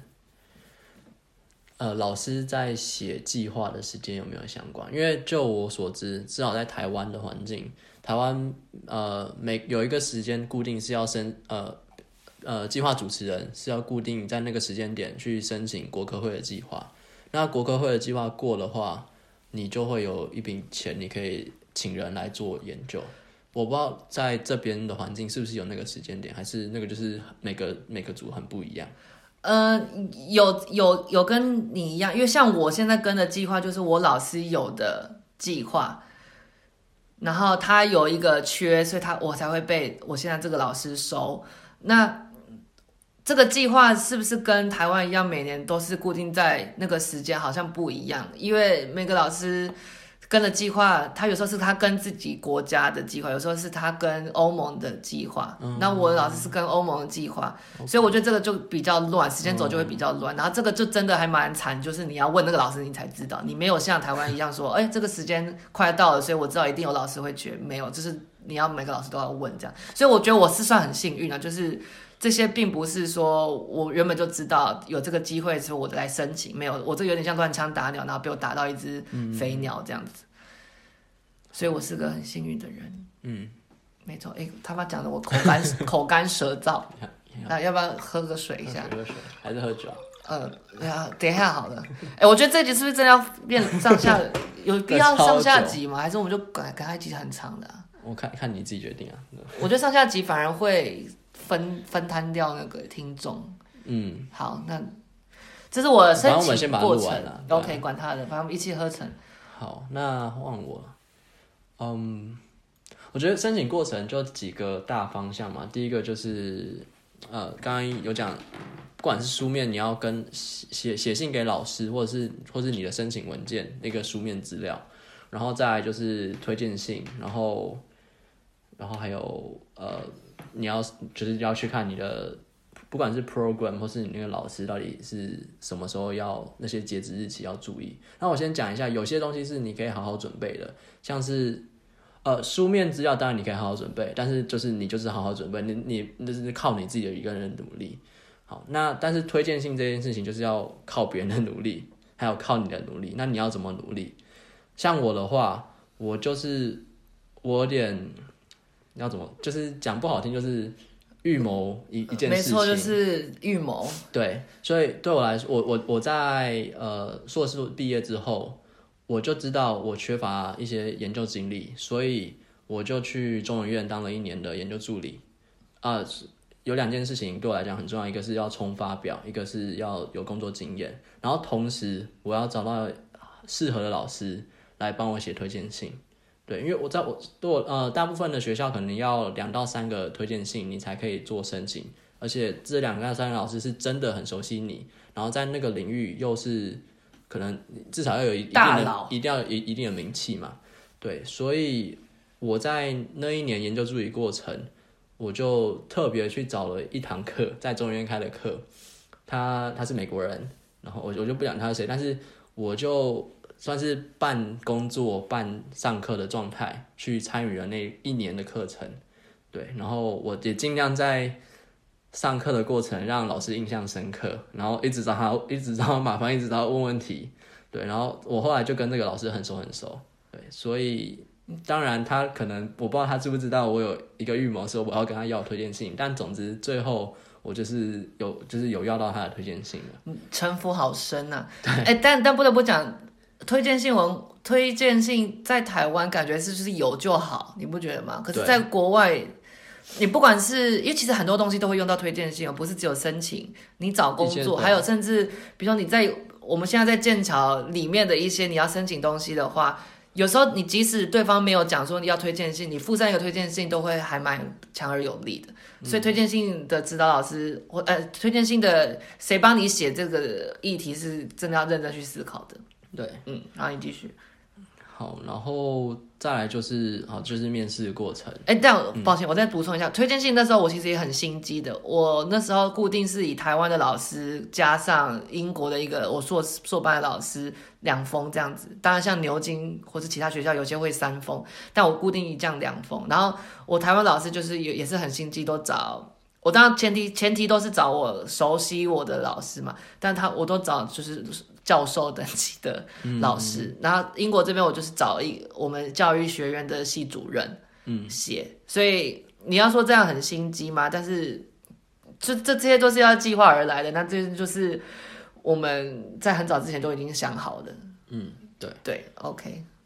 老师在写计划的时间有没有相关？因为就我所知，至少在台湾的环境，台湾有一个时间固定是要计划主持人是要固定在那个时间点去申请国科会的计划。那国科会的计划过的话，你就会有一笔钱，你可以请人来做研究。我不知道在这边的环境是不是有那个时间点，还是那个就是每个组很不一样。 有跟你一样，因为像我现在跟的计划就是我老师有的计划，然后他有一个缺，所以我才会被我现在这个老师收。那这个计划是不是跟台湾一样，每年都是固定在那个时间？好像不一样，因为每个老师跟的计划，他有时候是他跟自己国家的计划，有时候是他跟欧盟的计划。那我的老师是跟欧盟的计划，所以我觉得这个就比较乱，时间轴就会比较乱。然后这个就真的还蛮惨，就是你要问那个老师，你才知道，你没有像台湾一样说，这个时间快到了，所以我知道一定有老师会缺，没有，就是你要每个老师都要问这样。所以我觉得我是算很幸运的，就是这些并不是说我原本就知道有这个机会，所以我来申请，没有，我这有点像乱枪打鸟，然后被我打到一只飞鸟这样子。所以我是个很幸运的人。没错。他妈讲的我口干舌燥。要不要喝个水一下？ 喝水还是喝酒？ 等一下好了。我觉得这集是不是真的要变上下？有必要上下集吗？还是我们就改它一集很长的我看你自己决定啊。 我觉得上下集反而会分摊掉那个听众。好，那这是我的申请过程。OK， 管他的，反正我们一气呵成。 好，那换我了。我觉得申请过程就几个大方向嘛。第一个就是刚刚有讲，不管是书面你要跟写信给老师，或是你的申请文件那个书面资料，然后再来就是推荐信，然后还有你就是要去看你的，不管是 program 或是你那个老师到底是什么时候要那些截止日期要注意。那我先讲一下，有些东西是你可以好好准备的，像是书面资料当然你可以好好准备，但是你就是好好准备，你就是靠你自己的一个人的努力。好，那但是推荐信这件事情就是要靠别人的努力，还有靠你的努力。那你要怎么努力？像我的话，我有点要怎么，就是讲不好听，就是预谋一件事情。没错， 就是预谋。 对，所以对我来说，我在硕士毕业之后，我就知道我缺乏一些研究经历，所以我就去中研院当了1年的研究助理。有2件事情对我来讲很重要，一个是要冲发表，一个是要有工作经验，然后同时我要找到适合的老师来帮我写推荐信。对，因为我大部分的学校可能要2到3个推荐信你才可以做申请，而且这2到3个老师是真的很熟悉你，然后在那个领域又是可能至少要有一定的名气嘛。对，所以我在那1年研究助理过程，我就特别去找了一堂课，在中研院开的课，他是美国人，然后我就不讲他是谁，但是我就算是半工作半上课的状态去参与了那1年的课程。对，然后我也尽量在上课的过程让老师印象深刻，然后一直找他麻烦，一直找他问问题。对，然后我后来就跟这个老师很熟。对，所以当然他可能我不知道他知不知道我有一个预谋说我要跟他要推荐信，但总之最后我就是有要到他的推荐信了。 城府好深啊。但不得不讲，推荐信在台湾感觉是就是有就好，你不觉得吗？可是在国外，你不管是因为其实很多东西都会用到推荐信，不是只有申请，你找工作，还有甚至比如说你在我们现在在剑桥里面的一些你要申请东西的话，有时候你即使对方没有讲说你要推荐信，你附上一个推荐信都会还蛮强而有力的。所以推荐信的指导老师推荐信的谁帮你写这个议题是真的要认真去思考的。 对， 然后你继续。 好，然后再来就是面试的过程。 但抱歉，我再补充一下，推荐信那时候我其实也很心机的。我那时候固定是以台湾的老师加上英国的一个我硕班的老师2封这样子。当然像牛津或是其他学校有些会3封，但我固定以这样2封。然后我台湾老师就是也是很心机，都找我，当然前提都是找我熟悉我的老师嘛，但我都找就是教授等级的老师。然后英国这边我就是找我们教育学院的系主任写。所以你要说这样很心机吗？但是这些都是要计划而来的，那这就是我们在很早之前都已经想好的。 对对 ，OK。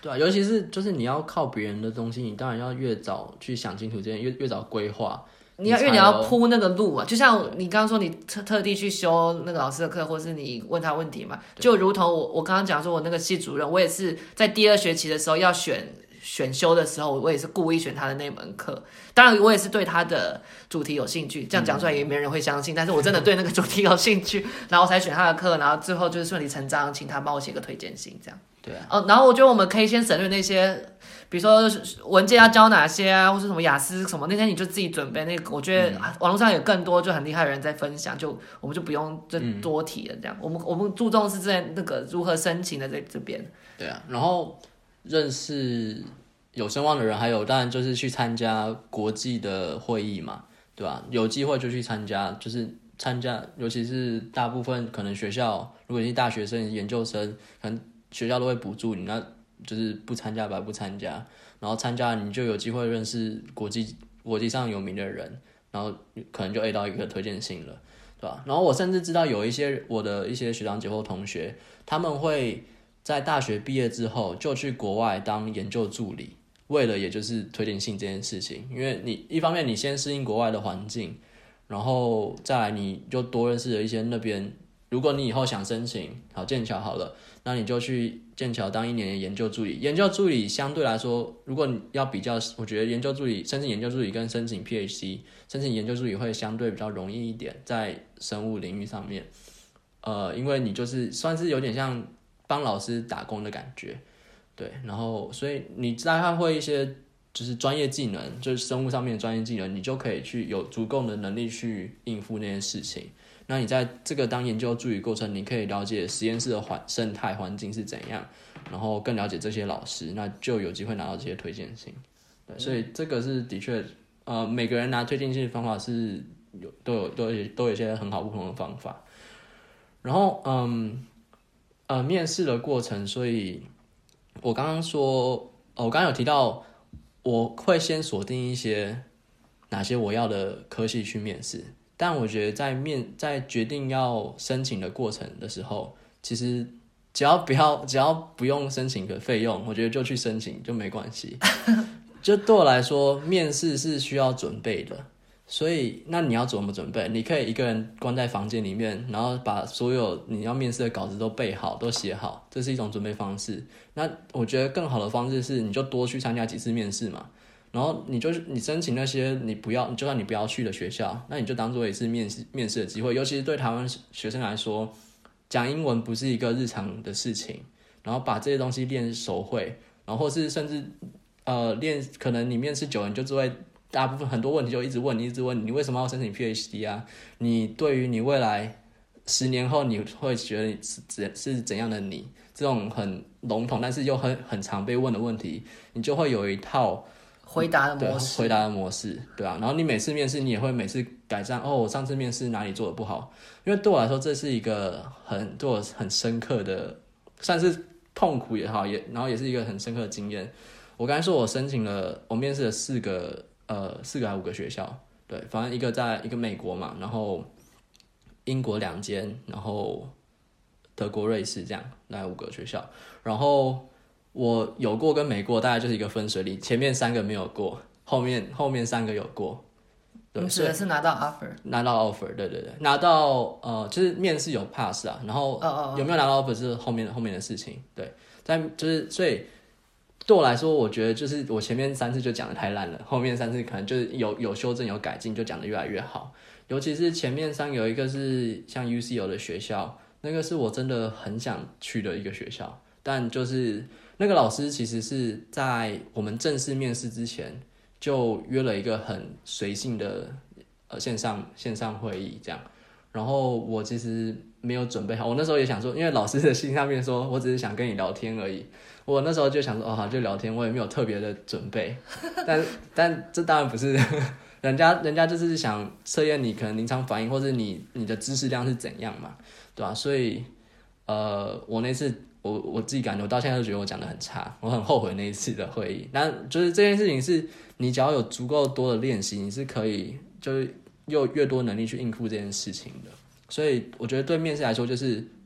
对啊，尤其是就是你要靠别人的东西，你当然要越早去想清楚这件，越早规划。 因为你要铺那个路啊，就像你刚刚说，你特地去修那个老师的课，或是你问他问题嘛，就如同我刚刚讲说，我那个系主任，我也是在第2学期的时候要选修的时候，我也是故意选他的那门课。当然，我也是对他的主题有兴趣，这样讲出来也没人会相信。但是我真的对那个主题有兴趣，然后才选他的课，然后最后就是顺理成章，请他帮我写个推荐信，这样。 对啊。 然后我觉得我们可以先省略那些，比如说文件要交哪些啊，或是什么雅思什么，那些你就自己准备。那个我觉得网络上有更多就很厉害的人在分享，我们就不用就多提了。这样，我们注重是在那个如何申请的这边。 对啊，然后认识有声望的人，还有当然就是去参加国际的会议嘛，对吧？有机会就去参加，就是参加，尤其是大部分可能学校，如果你是大学生、研究生，可能学校都会补助你，那就是不参加白不参加，然后参加你就有机会认识国际上有名的人，然后可能就 A 到一个推荐信了，对吧？然后我甚至知道有我的一些学长姐或同学，他们会在大学毕业之后就去国外当研究助理，为了也就是推荐信这件事情，因为你一方面你先适应国外的环境，然后再来你就多认识了一些那边，如果你以后想申请好剑桥好了，那你就去剑桥当1年的研究助理。研究助理相对来说，如果你要比较，我觉得申请研究助理跟申请 PhD， 申请研究助理会相对比较容易一点，在生物领域上面，因为你就是算是有点像帮老师打工的感觉，对，然后所以你大概会一些就是专业技能，就是生物上面的专业技能，你就可以去有足够的能力去应付那件事情。那你在这个当研究助理过程，你可以了解实验室的生态环境是怎样，然后更了解这些老师，那就有机会拿到这些推荐信。对，所以这个是的确，每个人拿推荐信的方法是都有一些很好不同的方法。然后面试的过程，所以我刚刚说，我刚刚有提到，我会先锁定一些哪些我要的科系去面试。但我觉得在决定要申请的过程的时候，其实只要不用申请的费用，我觉得就去申请就没关系。就对我来说，面试是需要准备的，所以那你要怎么准备？你可以一个人关在房间里面，然后把所有你要面试的稿子都背好、都写好，这是一种准备方式。那我觉得更好的方式是，你就多去参加几次面试嘛。然后你申请那些就算你不要去的学校，那你就当做一次面试的机会。尤其是对台湾学生来说，讲英文不是一个日常的事情，然后把这些东西练熟会，然后或是甚至可能你面试久了，你就只会大部分很多问题就一直问你为什么要申请 PhD 啊？你对于你未来10年后你会觉得是怎样的你？这种很笼统但是又很常被问的问题，你就会有一套回答的模式， 对啊，然后你每次面试，你也会每次改善。我上次面试哪里做的不好？因为对我来说，这是一个对我很深刻的，算是痛苦也好，然后也是一个很深刻的经验。我刚才说我面试了4个还是5个学校，对，反正一个美国嘛，然后英国2间，然后德国、瑞士这样，大概5个学校，然后。我有过跟没过，大概就是一个分水岭，前面3个没有过，后面3个有过。对， 你指的是拿到 offer？ 拿到 offer， 对，拿到就是面试有 pass 啊，然后有没有拿到 offer 是后面的事情。对，但就是所以对我来说，我觉得就是我前面3次就讲的太烂了，后面3次可能就是有修正有改进，就讲的越来越好。尤其是前面3有一个是像 UCL 的学校，那个是我真的很想去的一个学校，但就是那个老师其实是在我们正式面试之前就约了一个很随性的线上会议这样，然后我其实没有准备好，我那时候也想说，因为老师的信上面说我只是想跟你聊天而已，我那时候就想说好就聊天，我也没有特别的准备，但这当然不是人家就是想测验你可能临场反应或者你的知识量是怎样嘛，对吧？所以我那次我自己感觉我到现在都觉得我讲得很差，我很后悔那一次的会议。那就是这件事情是你只要有足够多的练习，你是可以就是越多能力去应付这件事情的。所以我觉得对面试来说，就是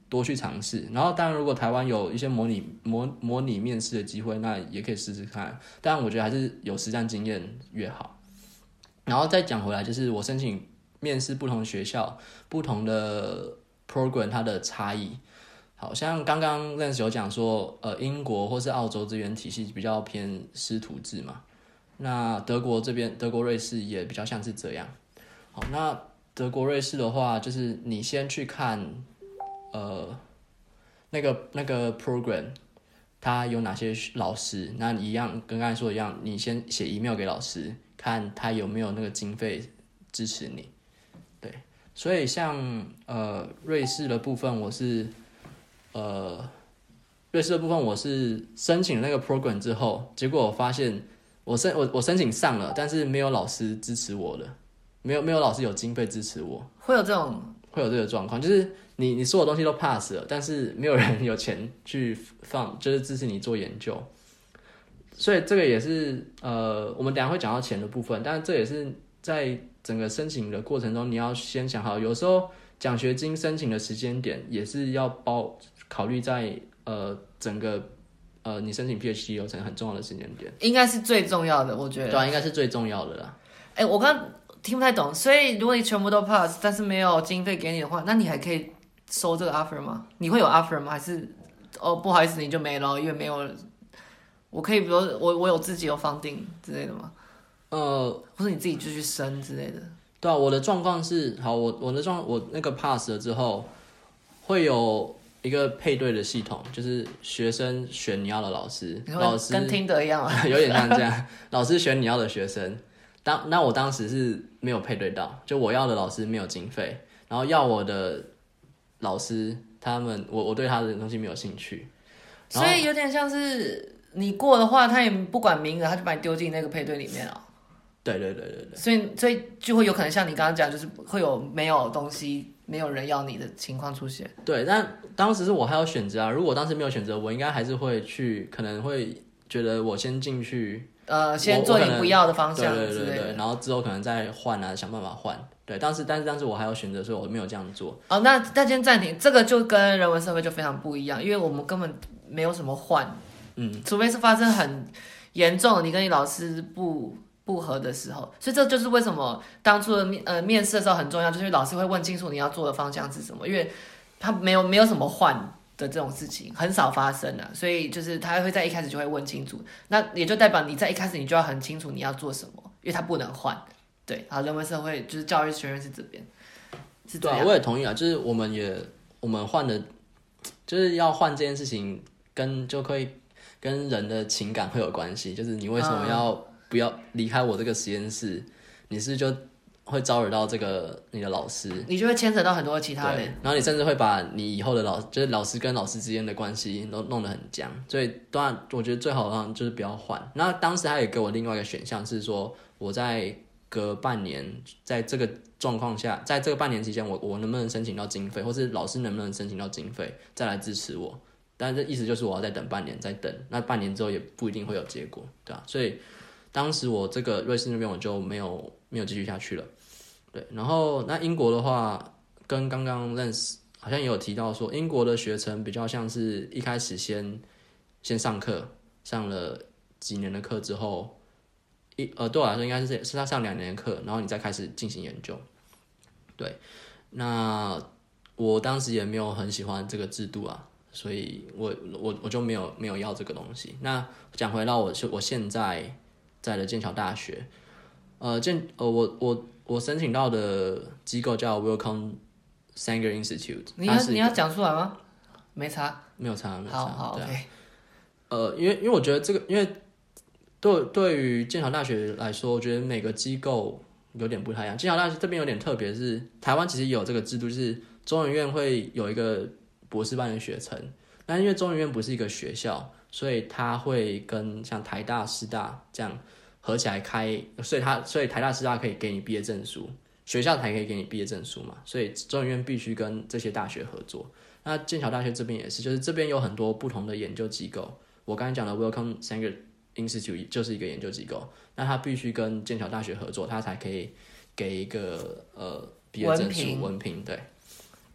多去尝试。然后当然，如果台湾有一些模拟面试的机会，那也可以试试看。当然，我觉得还是有实战经验越好。然后再讲回来，就是我申请面试不同的学校、不同的 program 它的差异。好像刚刚 Lance 有讲说，英国或是澳洲这边体系比较偏师徒制嘛，那德国这边，德国、瑞士也比较像是这样。好，那德国、瑞士的话，就是你先去看，那个 program， 它有哪些老师，那你一样跟刚才说的一样，你先写 email 给老师，看他有没有那个经费支持你。对，所以像瑞士的部分，我是申请那个 program 之后，结果我发现我申请上了，但是没有老师支持我的，没有老师有经费支持我， 会有这个状况，就是你所有东西都 pass 了，但是没有人有钱去放，就是支持你做研究，所以这个也是我们等一下会讲到钱的部分，但是这也是在整个申请的过程中，你要先想好，有时候奖学金申请的时间点也是要考虑在整个你申请 PhD 流程很重要的时间点， 应该是最重要的，我觉得。 对啊，应该是最重要的啦。 我刚刚听不太懂，所以如果你全部都 pass， 但是没有经费给你的话，那你还可以收这个 offer 吗？你会有 offer 吗？还是不好意思你就没了，因为没有，我可以比如我有自己有房顶之类的吗？或者你自己就去申之类的。 对啊，我的状况是好，我那个 pass 了之后，会有一个配对的系统，就是学生选你要的老师，老师跟听得一样啊， 有点像这样，老师选你要的学生。那我当时是没有配对到，就我要的老师没有经费，然后要我的老师我对他的东西没有兴趣， 所以有点像是你过的话，他也不管名额，他就把你丢进那个配对里面了。 对， 所以就会有可能像你刚刚讲，就是会有没有东西，没有人要你的情况出现。 对，但当时是我还有选择啊，如果当时没有选择，我应该还是会可能会觉得我先进去， 先做你不要的方向之类的， 对，然后之后可能再换啊，想办法换。对，但是当时我还有选择，所以我没有这样做。 那先暂停，这个就跟人文社会就非常不一样，因为我们根本没有什么换，除非是发生很严重的，你跟你老师不合的时候，所以这就是为什么当初的面试的时候很重要，就是因为老师会问清楚你要做的方向是什么，因为他没有什么换的这种事情很少发生啊，所以就是他会在一开始就会问清楚，那也就代表你在一开始你就要很清楚你要做什么，因为他不能换。对，好，人文社会就是教育学院是这边，是这样。 对啊，我也同意啊，就是我们换的，就是要换这件事情就可以跟人的情感会有关系，就是你为什么不要离开我这个实验室？你是就会招惹到你的老师， 你就会牵扯到很多其他人， 然后你甚至会把你以后的就是老师跟老师之间的关系都弄得很僵，所以当然我觉得最好的方法就是不要换。那当时他也给我另外一个选项是说，我在隔半年，在这个状况下，在这个半年期间，我能不能申请到经费，或是老师能不能申请到经费，再来支持我？但这意思就是我要再等半年，再等，那半年之后也不一定会有结果，对吧？所以当时我这个瑞士那边我就没有继续下去了，对。然后那英国的话，跟刚刚认识好像也有提到说，英国的学程比较像是一开始先上课，上了几年的课之后，对我来说应该是他上2年的课，然后你再开始进行研究，对。那我当时也没有很喜欢这个制度啊，所以我就没有要这个东西。那讲回到我现在在的剑桥大学，我申请到的机构叫 Wellcome Sanger Institute。 你要讲出来吗？没差。 没有差。 好对啊 ，OK。 因为我觉得这个，因为对于剑桥大学来说，我觉得每个机构有点不太一样。剑桥大学这边有点特别，是台湾其实也有这个制度，就是中研院会有一个博士班的学程。那因为中研院不是一个学校，所以它会跟像台大、师大这样合起来开，所以台大、师大可以给你毕业证书，学校才可以给你毕业证书嘛。所以中研院必须跟这些大学合作。那剑桥大学这边也是，就是这边有很多不同的研究机构。我刚才讲的 Wellcome Sanger Institute 就是一个研究机构，那它必须跟剑桥大学合作，它才可以给一个毕业证书文凭。对，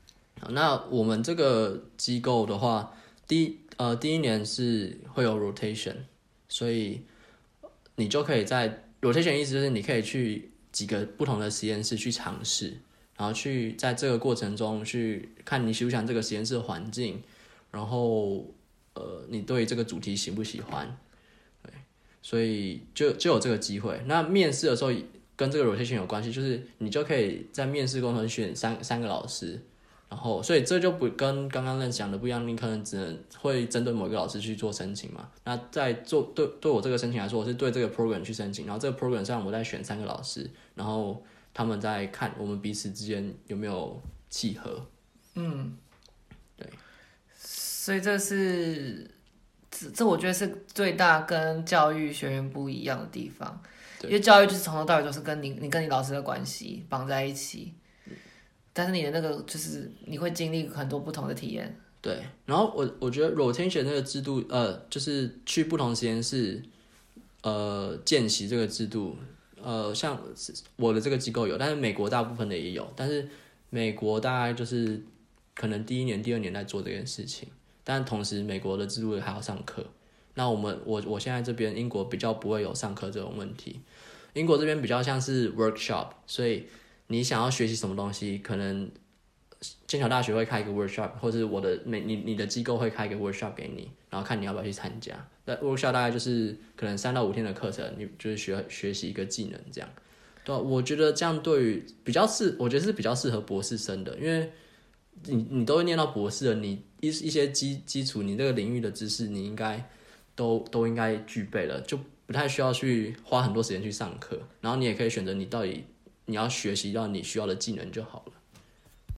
那我们这个机构的话，第一年是会有 rotation， 所以你就可以在 rotation 意思就是你可以去几个不同的实验室去尝试，然后去在这个过程中去看你喜不喜欢这个实验室的环境，然后你对这个主题喜不喜欢，对，所以就有这个机会。那面试的时候跟这个 rotation 有关系，就是你就可以在面试过程中选三个老师。然后，所以这就不跟刚刚讲的不一样，你可能只能会针对某一个老师去做申请嘛。那在对我这个申请来说，我是对这个 program 去申请，然后这个 program 上我再选3个老师，然后他们再看我们彼此之间有没有契合。对。 所以这我觉得是最大跟教育学院不一样的地方，因为教育就是从头到尾都是跟你跟你老师的关系绑在一起。但是你的那个就是你会经历很多不同的体验， 对。然后我觉得 rotation 那个制度，就是去不同实验室，见习这个制度，像我的这个机构有，但是美国大部分的也有，但是美国大概就是可能第1年、第2年在做这件事情，但同时美国的制度还要上课。那我现在这边英国比较不会有上课这种问题，英国这边比较像是 workshop， 所以你想要学习什么东西，可能剑桥大学会开一个 workshop， 或者你的机构会开一个 workshop 给你，然后看你要不要去参加。那 workshop 大概就是可能3到5天的课程，你就是學習一个技能这样。对啊，我觉得这样对于我觉得是比较适合博士生的，因为你都会念到博士了，你一些基础你这个领域的知识，你应该都应该具备了，就不太需要去花很多时间去上课，然后你也可以选择你到底你要学习到你需要的技能就好了。